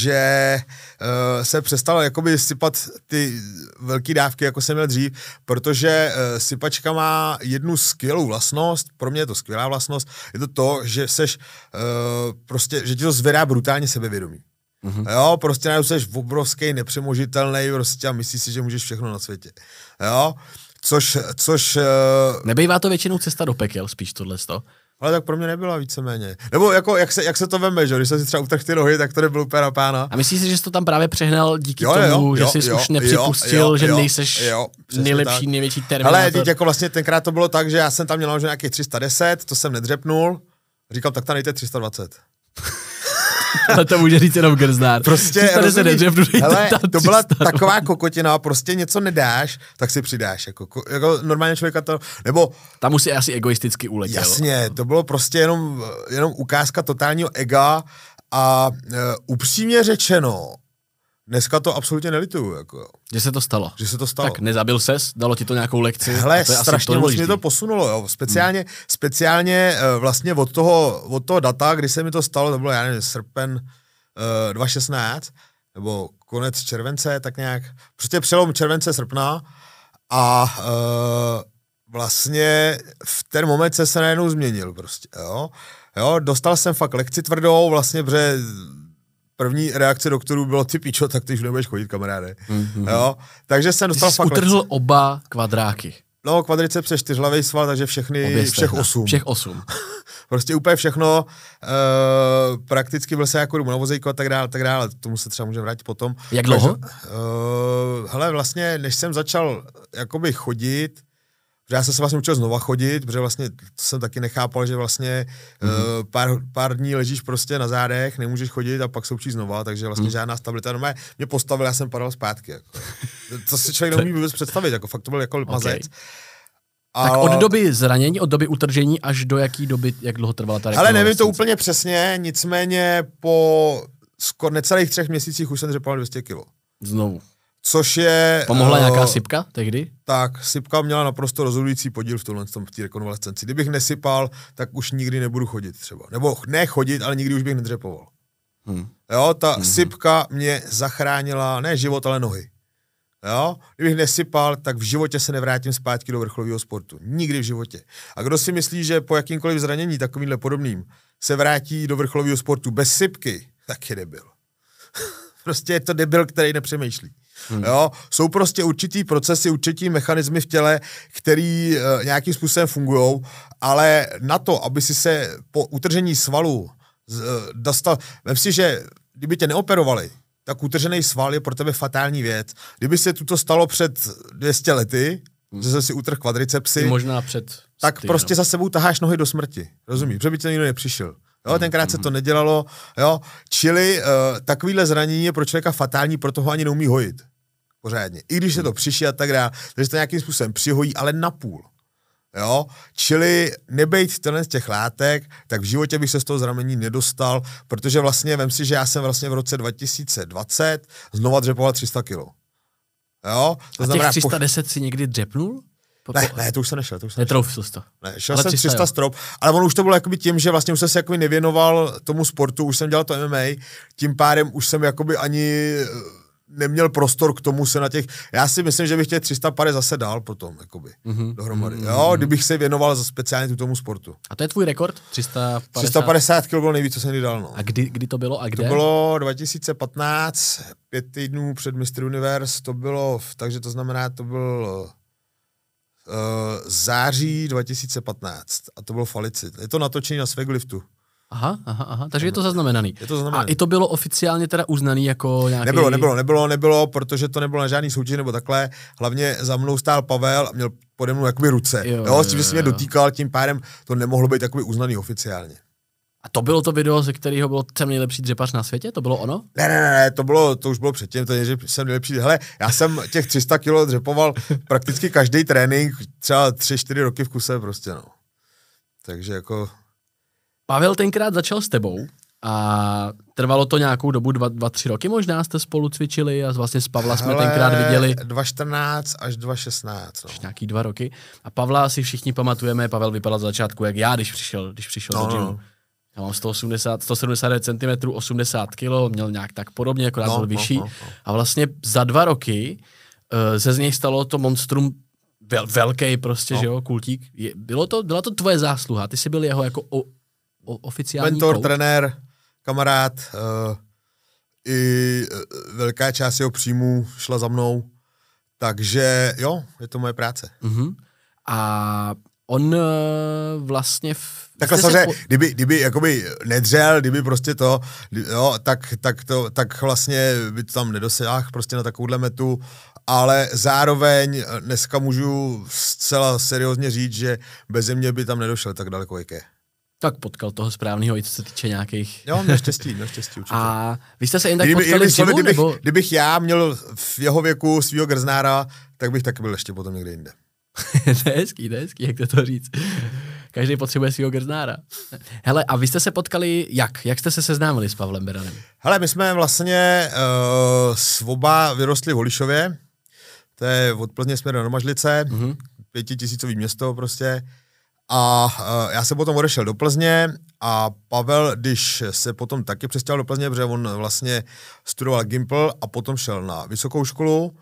se přestalo jakoby sypat ty velké dávky, jako jsem měl dřív, protože sypačka má jednu skvělou vlastnost, pro mě je to skvělá vlastnost, je to, že seš prostě, že ti to zvedá brutálně sebevědomí. Jo, prostě najednou seš obrovský, nepřemožitelný, prostě a myslíš si, že můžeš všechno na světě. Jo, což nebejvá to většinou cesta do pekel, spíš tohleto. Ale tak pro mě nebyla víceméně. Nebo jako, jak se to veme, že? Když jsem si třeba utrhl ty nohy, tak to nebylo úplně na pána. A myslíš si, že jsi to tam právě přehnal díky tomu, že jsi už nepřipustil, že nejseš nejlepší, největší terminátor? Ale teď jako vlastně tenkrát to bylo tak, že já jsem tam měl naložen nějakých 310, to jsem nedřepnul, říkal, tak tam nejte 320. Ale to může říct jenom Grznár. Prostě, hele, to byla taková kokotina, prostě něco nedáš, tak si přidáš. Jako normálně člověka to, nebo... Tam musí asi egoisticky uletěl. Jasně, to bylo prostě jenom ukázka totálního ega a upřímně řečeno, dneska to absolutně nelituju. Jako. Že se to stalo. Že se to stalo. Tak nezabil ses, dalo ti to nějakou lekci. Hele, strašně moc mě to posunulo, jo. Speciálně vlastně od toho data, kdy se mi to stalo, to bylo, já nevím, srpen 2016, nebo konec července, tak nějak, prostě přelom července, srpna a vlastně v ten moment se najednou změnil prostě, jo, dostal jsem fakt lekci tvrdou, vlastně, protože první reakce doktorů bylo, ty pičo, tak ty už nebudeš chodit, kamaráde, jo, takže jsem dostal fakt utrhl lekci. Oba kvadráky. No, kvadriceps je čtyřhlavej sval, takže všech 8. Všech 8. Prostě úplně všechno, prakticky byl se jako na vozejku a tak dále, tomu se třeba můžeme vrátit potom. Jak dlouho? Hele, vlastně, než jsem začal jakoby chodit, že já jsem se vlastně učil znova chodit, protože vlastně jsem taky nechápal, že vlastně pár dní ležíš prostě na zádech, nemůžeš chodit a pak se učíš znova, takže vlastně žádná stabilita. Normálně mě postavil, já jsem padal zpátky. Jako. To si člověk neumí vůbec představit, jako fakt to byl jako mazec. Tak od doby zranění, od doby utržení až do jaký doby, jak dlouho trvala ta rekonvalescence? Ale nevím to úplně přesně, nicméně po skoro necelých 3 měsících už jsem dřepal 200 kilo. Znovu. Což je... Pomohla nějaká sypka tehdy? Tak, sypka měla naprosto rozhodující podíl v té rekonvalescenci. Kdybych nesypal, tak už nikdy nebudu chodit třeba. Nebo ne chodit, ale nikdy už bych nedřepoval. Jo, ta sypka mě zachránila, ne život, ale nohy. Jo? Kdybych nesypal, tak v životě se nevrátím zpátky do vrcholového sportu. Nikdy v životě. A kdo si myslí, že po jakýmkoliv zranění takovýmhle podobným se vrátí do vrcholového sportu bez sypky, tak je debil. Prostě je to debil, který nepřemýšlí. Jo? Jsou prostě určitý procesy, určitý mechanismy v těle, který nějakým způsobem fungujou, ale na to, aby si se po utržení svalu dostal, vem si, že kdyby tě neoperovali, tak utržený sval je pro tebe fatální věc. Kdyby se to stalo před 200 lety, že se si utrhl kvadricepsy, možná před tak prostě za sebou taháš nohy do smrti. Rozumíš? Protože by tě nikdo nepřišel. Jo, tenkrát se to nedělalo. Jo? Čili takovýhle zranění je pro člověka fatální, proto ho ani neumí hojit. Pořádně. I když se to přiší a tak dále, takže to nějakým způsobem přihojí, ale napůl. Jo? Čili nebejt z těch látek, tak v životě bych se z toho zranění nedostal, protože vlastně, vem si, že já jsem vlastně v roce 2020 znova dřepoval 300 kilo. Jo? To znamená, těch 310 si někdy dřepnul? Ne, to už jsem nešel. Netroufl jsi to. Ne, šel jsem 300 strop, ale on už to bylo jakoby tím, že vlastně už jsem se jakoby nevěnoval tomu sportu, už jsem dělal to MMA, tím pádem už jsem jakoby ani neměl prostor k tomu se na těch, já si myslím, že bych těch 350 zase dal potom, jakoby, dohromady. Jo, kdybych se věnoval za speciálně tomu sportu. A to je tvůj rekord? 350 kg bylo nejvíc, co jsem kdy dal, no. A kdy to bylo a kde? To bylo 2015, 5 týdnů před Mr. Universe, to bylo, takže to znamená, to byl září 2015 a to bylo v Alici. Je to natočení na Svegliftu. Aha, takže je to zaznamenaný. Je to zaznamenaný. A i to bylo oficiálně teda uznaný jako nějaký... Nebylo, protože to nebylo na žádný soutěži nebo takhle. Hlavně za mnou stál Pavel a měl pode mnou jakoby ruce. Jo, s tím, že se mě dotýkal, tím pádem to nemohlo být jakoby uznaný oficiálně. A to bylo to video, ze kterého bylo ten nejlepší dřepař na světě? To bylo ono? Ne, to už bylo předtím, to je, že jsem nejlepší. Hele, já jsem těch 300 kilo dřepoval prakticky každý trénink, třeba 3-4 roky v kuse prostě, no. Takže jako... Pavel tenkrát začal s tebou a trvalo to nějakou dobu, 2-3 roky možná jste spolu cvičili a vlastně z Pavla jsme tenkrát viděli. 2014 až 2016. No. Nějaký 2 roky. A Pavla si všichni pamatujeme, Pavel vypadal za začátku jak já, když přišel do gymu. No. Já mám 179 cm, 80 kg, měl nějak tak podobně, akorát byl vyšší. A vlastně za 2 roky se z něj stalo to monstrum velký prostě, že jo, kultík. Byla to tvoje zásluha, ty jsi byl jeho jako oficiální mentor, trenér, kamarád, i velká část jeho příjmů šla za mnou, takže jo, je to moje práce. A on vlastně... Takhle samozřejmě, kdyby jakoby nedřel, kdyby prostě to, jo, tak vlastně by to tam nedosáhl prostě na takovouhle metu, ale zároveň dneska můžu zcela seriózně říct, že bez mě by tam nedošel tak daleko, jak je. Tak potkal toho správného, i co se týče nějakých... Jo, měl štěstí určitě. A vy jste se jen tak potkali v gymu, nebo... Kdybych já měl v jeho věku svýho grznára, tak bych taky byl ještě potom někde jinde. To je hezký, jak to říct. Každý potřebuje svýho grznára. Hele, a vy jste se potkali jak? Jak jste se seznámili s Pavlem Beranem? Hele, my jsme vlastně oba vyrostli v Holišově, to je od Plzně směr do Domažlice, 5000 město prostě. A já jsem potom odešel do Plzně a Pavel, když se potom taky přestěhoval do Plzně, protože on vlastně studoval Gimpl a potom šel na vysokou školu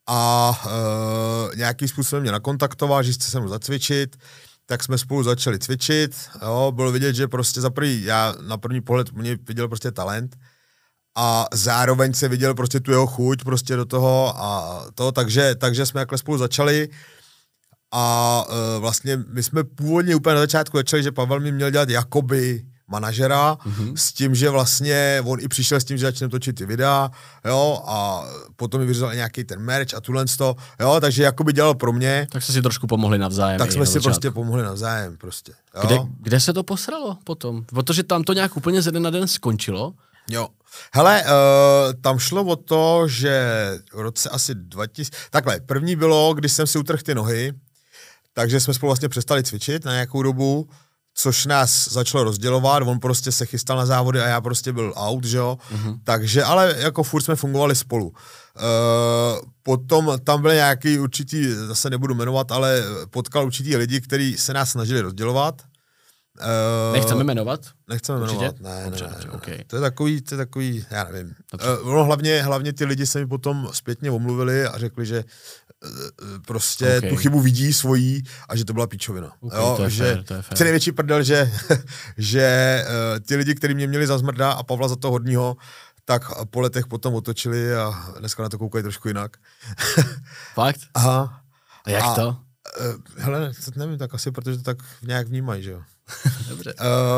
a nějakým způsobem mě nakontaktoval, že chce se mnou zacvičit, tak jsme spolu začali cvičit, jo, bylo vidět, že prostě já na první pohled mě viděl prostě talent a zároveň se viděl prostě tu jeho chuť prostě do toho a to, takže jsme takhle spolu začali a vlastně my jsme původně úplně na začátku začali, že Pavel mi měl dělat jakoby manažera, s tím, že vlastně on i přišel s tím, že začneme točit ty videa, jo, a potom mi vyřezal nějaký ten merch a tuhle to, jo, takže jakoby dělal pro mě. Tak jste si trošku pomohli navzájem. Tak jsme si prostě pomohli navzájem prostě. Jo. Kde se to posralo potom? Protože tam to nějak úplně ze den na den skončilo? Jo. Hele, tam šlo o to, že v roce asi 2000, takhle, první bylo, když jsem si utrhl ty nohy, takže jsme spolu vlastně přestali cvičit na nějakou dobu, což nás začalo rozdělovat, on prostě se chystal na závody a já prostě byl out, že jo, takže, ale jako furt jsme fungovali spolu. Potom tam byly nějaký určitý, zase nebudu jmenovat, ale potkal určitý lidi, kteří se nás snažili rozdělovat. Nechceme jmenovat? Nechceme jmenovat, ne. Okay. To je takový, já nevím. Hlavně ty lidi se mi potom zpětně omluvili a řekli, že prostě tu chybu vidí svojí a že to byla píčovina. Okay, jo, to je že fair, to je fair. je největší prdel, že ty lidi, kteří mě měli za zmrda a Pavla za to hodnýho, tak po letech potom otočili a dneska na to koukají trošku jinak. Fakt? Aha. A jak to? Hele, nevím, tak asi protože to tak nějak vnímají, že jo. Dobře.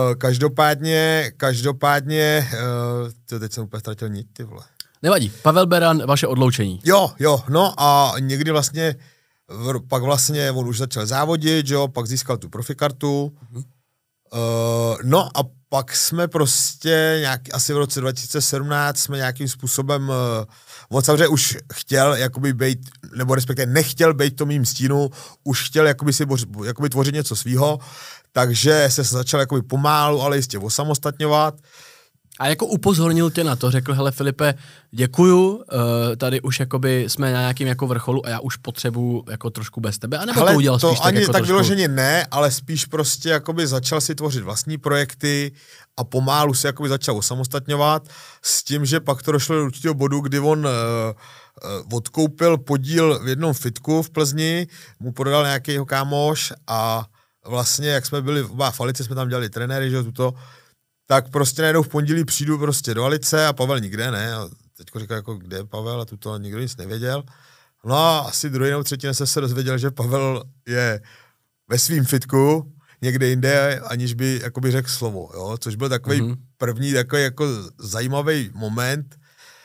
Každopádně, teď jsem úplně ztratil nit, ty vole. Nevadí, Pavel Beran, vaše odloučení. Jo, no a někdy vlastně, pak vlastně on už začal závodit, jo, pak získal tu profikartu, no a pak jsme prostě asi v roce 2017 jsme nějakým způsobem, on samozřejmě už chtěl jakoby bejt, nebo respektive nechtěl bejt v tom mým stínu, už chtěl jakoby si jakoby tvořit něco svýho, takže se začal jakoby pomálu, ale jistě osamostatňovat. A jako upozornil tě na to, řekl, hele Filipe, děkuju, tady už jakoby jsme na nějakým jako vrcholu a já už potřebuju jako trošku bez tebe, anebo hele, to udělal spíš tak ani jako tak trošku... vyloženě ne, ale spíš prostě jakoby začal si tvořit vlastní projekty a pomálu se jakoby začal osamostatňovat s tím, že pak to došlo do určitého bodu, kdy on odkoupil podíl v jednom fitku v Plzni, mu prodal nějaký jeho kámoš a vlastně jak jsme byli v Alici, jsme tam dělali trenéry, že tuto, tak prostě najednou v pondělí přijdu prostě do Alice a Pavel nikde, ne? A teďko říká, jako kde je Pavel a tuto nikdo nic nevěděl. No a asi druhý nebo třetí se dozvěděl, že Pavel je ve svým fitku někde jinde, aniž by jakoby řekl slovo, jo? Což byl takový první takový jako zajímavý moment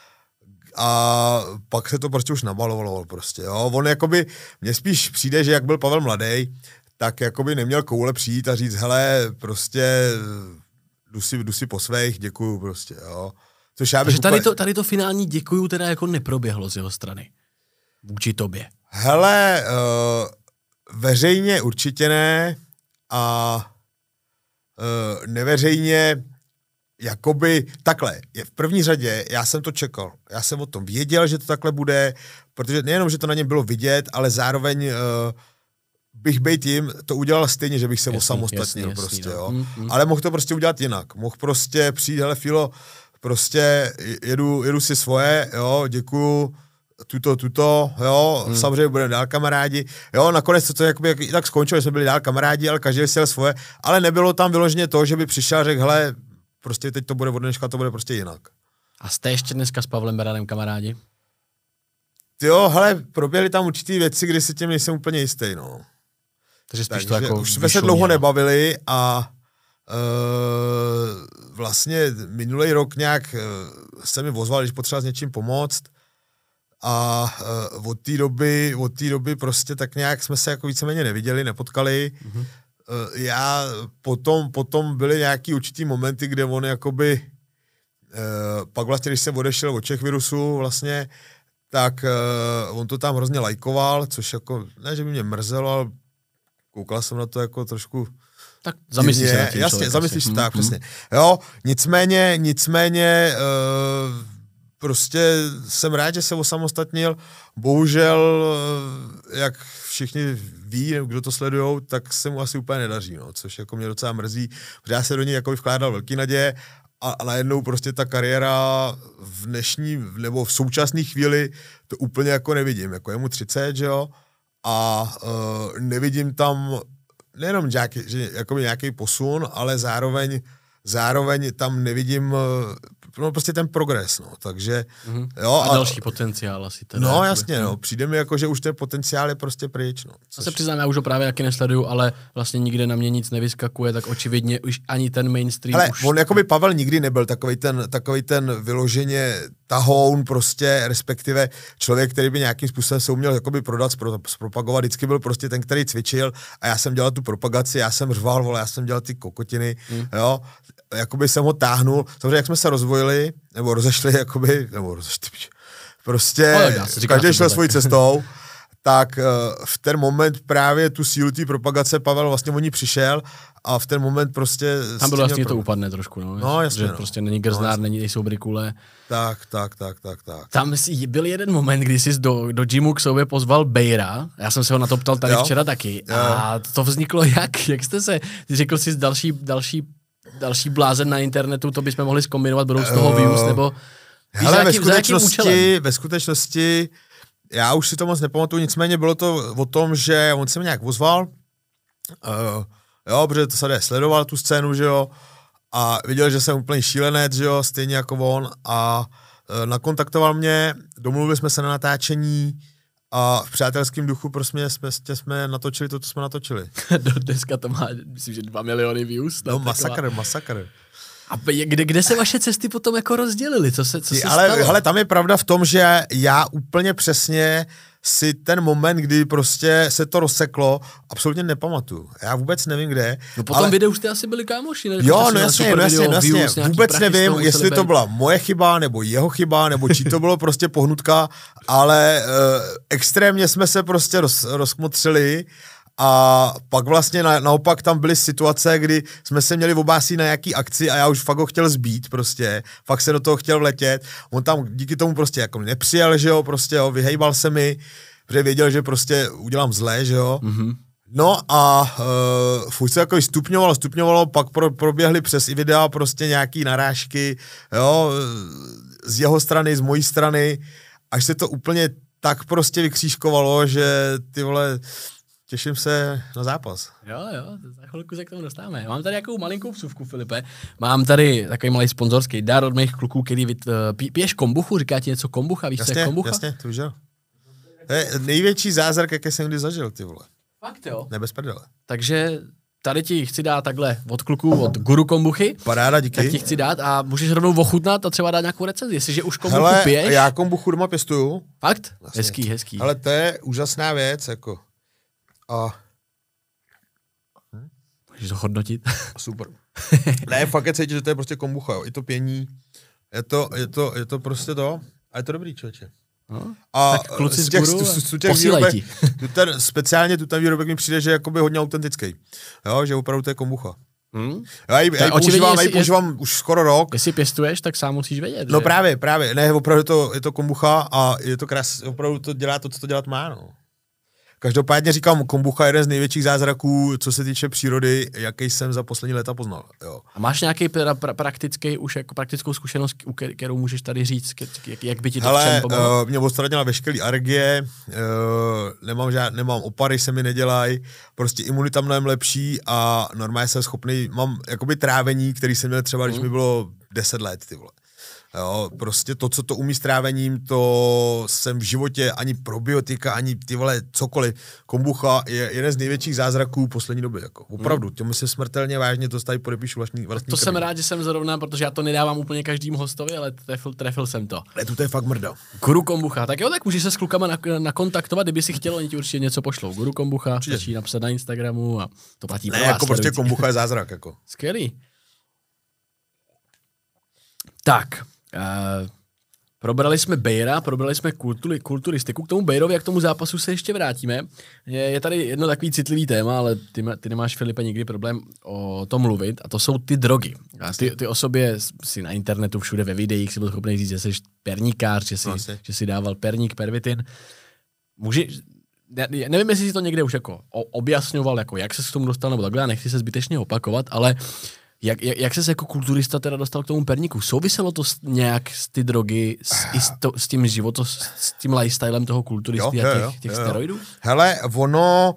a pak se to prostě už nabalovalo prostě, jo? On jakoby, mně spíš přijde, že jak byl Pavel mladý, tak jakoby neměl koule přijít a říct, hele, prostě jdu si po svých, děkuju prostě, jo. Což já bych takže tady to finální děkuju teda jako neproběhlo z jeho strany. Vůči tobě. Hele, veřejně určitě ne a neveřejně jakoby takhle. V první řadě já jsem to čekal. Já jsem o tom věděl, že to takhle bude, protože nejenom, že to na něm bylo vidět, ale zároveň bych bejt jim, to udělal stejně, že bych se osamostatnil prostě, jo. Ale mohl to prostě udělat jinak. Mohl prostě přijít, hele Filo, prostě jedu si svoje, jo, děkuju, tuto, jo, samozřejmě budeme dál kamarádi, jo, nakonec to jakoby i tak skončilo, že jsme byli dál kamarádi, ale každý si jel svoje, ale nebylo tam vyloženě to, že by přišel a řekl, hele, prostě teď to bude od dneška, to bude prostě jinak. A jste ještě dneska s Pavlem Beranem kamarádi? Jo, hele, proběhly tam určitý věci, kdy si tím nejsem úplně jistý, no. Takže spíš to jako už jsme se dlouho nebavili a vlastně minulý rok nějak se mi ozval, když potřeba s něčím pomoct a od té doby prostě tak nějak jsme se jako víceméně neviděli, nepotkali. Já potom byly nějaký určitý momenty, kde on jakoby pak vlastně, když jsem odešel od Czech Virusu vlastně, tak on to tam hrozně lajkoval, což jako, ne, že by mě mrzelo, ale koukal jsem na to jako trošku... Tak zamyslíš se na tím. Jasně, zamyslíš se tak, přesně. Jo, nicméně prostě jsem rád, že se osamostatnil. Bohužel, jak všichni ví, kdo to sledujou, tak se mu asi úplně nedaří, no, což jako mě docela mrzí, protože já se do něj jako vkládal velký naděje a najednou prostě ta kariéra v dnešní, nebo v současné chvíli to úplně jako nevidím, jako je mu 30, že jo, a nevidím tam nejenom nějaký posun, ale zároveň tam nevidím prostě ten progres, no, takže jo. A další potenciál asi teda. No jasně, no, přijde mi jako, že už ten potenciál je prostě pryč, no. Já se přiznám, já už ho právě taky nesleduju, ale vlastně nikde na mě nic nevyskakuje, tak očividně už ani ten mainstream ale už... on jakoby Pavel nikdy nebyl takovej ten vyloženě tahoun prostě, respektive člověk, který by nějakým způsobem se uměl jakoby prodat, zpropagovat, vždycky byl prostě ten, který cvičil a já jsem dělal tu propagaci, já jsem řval, vole, já jsem dělal ty kokotiny, jo, jakoby jsem ho táhnul, samozřejmě jak jsme se rozvojili, nebo rozešli, prostě každý šel svojí cestou, tak v ten moment právě tu sílu té propagace Pavel vlastně o ní přišel a v ten moment prostě... Tam bylo vlastně to upadne trošku, no. No jasně, že prostě není grznár, nejsou brikule. Tak. Tam byl jeden moment, kdy jsi do gymu k sobě pozval Bejra, já jsem se ho na to ptal tady včera taky, a to vzniklo jak? Jak jste se... Ty řekl jsi další blázen na internetu, to bychom mohli zkombinovat, budou z toho views, nebo... Hele, ve skutečnosti, já už si to moc nepamatuju, nicméně bylo to o tom, že on se mě nějak ozval, jo, protože to se sledoval tu scénu, že jo, a viděl, že jsem úplně šílenec, že jo, stejně jako on, a nakontaktoval mě, domluvili jsme se na natáčení, a v přátelském duchu prostě jsme natočili to, co jsme natočili. Dneska to má, myslím, že 2 miliony views. No, masakr. A kde se vaše cesty potom jako rozdělily? Co se stalo? Ale tam je pravda v tom, že já úplně přesně si ten moment, kdy prostě se to rozseklo, absolutně nepamatuju. Já vůbec nevím, kde. No potom videu jste asi byli kámoši, ne? Jo, no jasně. Vůbec nevím, jestli to byla moje chyba, nebo jeho chyba, nebo čí to bylo prostě pohnutka, ale extrémně jsme se prostě rozkmotřili. A pak vlastně naopak tam byly situace, kdy jsme se měli obásít na nějaký akci a já už fakt ho chtěl zbít prostě, fakt se do toho chtěl vletět, on tam díky tomu prostě jako nepřijel, že jo, prostě jo, vyhejbal se mi, protože věděl, že prostě udělám zlé, že jo. Mm-hmm. No a furt se jako stupňovalo, pak proběhly přes i videa prostě nějaký narážky, jo, z jeho strany, z mojí strany, až se to úplně tak prostě vykřížkovalo, že ty vole... Těším se na zápas. Jo, za chvilku se k tomu dostáváme. Mám tady jakou malinkou vsuvku, Filipe. Mám tady takový malý sponzorský dar od mých kluků, který piješ kombuchu, říká ti něco kombucha, víš, co je kombucha? Jasně, to už jo. To je největší zázrak, jaký jsem kdy zažil, ty vole. Fakt jo? Ne, bez prdele. Takže tady ti chci dát takhle od kluků, od Guru kombuchy. Paráda, díky. Tak ti chci dát a můžeš rovnou ochutnat a třeba dát nějakou recenzi, jestliže už kombuchu piješ. Já kombuchu doma pěstuju. Fakt? Vlastně. Hezký. Ale to je úžasná věc, jako. A... Můžeš to hodnotit? Super. Ne, fakt je cítit, že to je prostě kombucha, jo. I to pění, je to prostě to. A je to dobrý, člověče. No, a tak kluci z Guru, posílej ti. Speciálně ten výrobek mi přijde, že je jakoby hodně autentický. Jo, že opravdu to je kombucha. Já ji používám už skoro rok. Jestli pěstuješ, tak sám musíš vědět. No že? Právě. Ne, opravdu je to kombucha a je to opravdu to dělá to, co to dělat má, no. Každopádně říkám, kombucha je jeden z největších zázraků, co se týče přírody, jaký jsem za poslední léta poznal. Jo. A máš nějaký praktickou zkušenost, kterou můžeš tady říct, jak by ti to v čem pomohlo? Mě odstranila veškerý alergie, nemám opary, se mi nedělají, prostě imunita mnohem lepší a normálně jsem schopný, mám jakoby trávení, který jsem měl třeba, když mi bylo 10 let, ty vole. Jo, prostě to, co to umí s trávením, to jsem v životě ani probiotika, ani ty vole cokoliv. Kombucha je jeden z největších zázraků poslední doby, jako. Opravdu, tomu se smrtelně vážně to tady podepíšu vlastní to jsem rád, že jsem zrovna, protože já to nedávám úplně každému hostovi, ale trefil jsem to. Ale tu to je fakt mrda. Guru kombucha, tak jo, tak můžeš se s klukama nakontaktovat, kdyby si chtěl, oni ti určitě něco pošlou. Guru kombucha, stačí napsat na Instagramu a to platí pro vás. Jako prostě kombucha je zázrak, jako. Skvělý. Tak, probrali jsme Bejra, probrali jsme kulturistiku. K tomu Bejrovi a k tomu zápasu se ještě vrátíme. Je tady jedno takový citlivý téma, ale ty nemáš, Filipe, nikdy problém o tom mluvit, a to jsou ty drogy. A ty o sobě si na internetu všude ve videích si byl schopný říct, že jsi perníkář, že jsi dával perník, pervitin. Nevím, jestli si to někde už jako objasňoval, jako jak se k tomu dostal, nebo takhle, nechci se zbytečně opakovat, ale Jak ses jako kulturista teda dostal k tomu perníku? Souviselo to nějak s ty drogy, s tím životem, s tím lifestylem toho kulturisty a těch steroidů? Hele, ono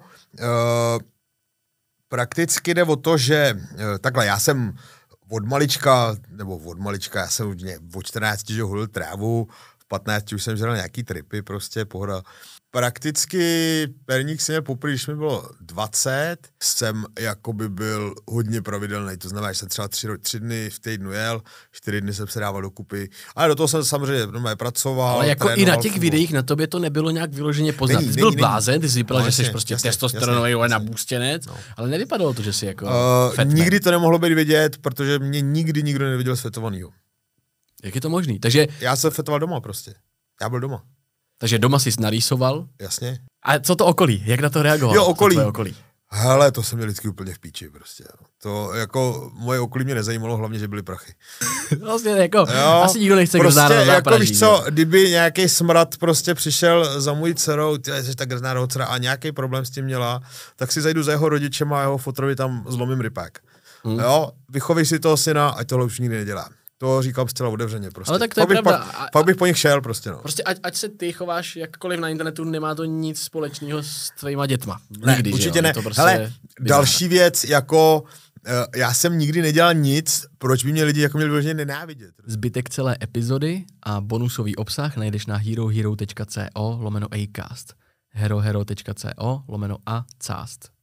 prakticky jde o to, že takhle, já jsem od malička, já jsem od 14, že hulil trávu, v 15 už jsem žral nějaký tripy, prostě pohoda. Prakticky perník jsem měl poprvé, když mi bylo 20, jsem jakoby byl hodně pravidelný, to znamená, že jsem třeba 3 dny v týdnu jel, 4 dny jsem se dával dokupy, ale do toho jsem samozřejmě pracoval. Ale jako i na těch videích na tobě to nebylo nějak vyloženě poznat. Ty jsi byl blázen, ty jsi vypadal, že jsi prostě testosteronový nabůstěnec, ale nevypadalo to, že jsi jako nikdy to nemohlo být vidět, protože mě nikdy nikdo neviděl svetovanýho. Jak je to možný? Takže já jsem fetoval doma prostě. Já byl doma. Takže doma jsi narýsoval? Jasně. A co to okolí? Jak na to reagoval? Jo, okolí. Hele, to jsem měl vždycky úplně v píči prostě. To jako moje okolí mě nezajímalo, hlavně, že byly prachy. Vlastně jako, asi nikdo nechce prostě grznára jako víš co, kdyby nějaký smrad prostě přišel za mojí dcerou, ty jsi ta grznárová dcera a nějaký problém s tím měla, tak si zajdu za jeho rodičem a jeho fotrovi tam zlomím rypák. Jo, vychovej si toho syna, ať tohle už nikdy nedělá. To říkám zcela otevřeně prostě. Ale tak to je pravda. Pak bych po nich šel prostě, no. Prostě ať se ty chováš jakkoliv na internetu, nemá to nic společného s tvýma dětma. Nikdy, ne, určitě ne. Prostě hele, další věc, jako já jsem nikdy nedělal nic, proč by mě lidi jako měli vyloženě nenávidět. Zbytek celé epizody a bonusový obsah najdeš na herohero.co/acast. herohero.co/acast.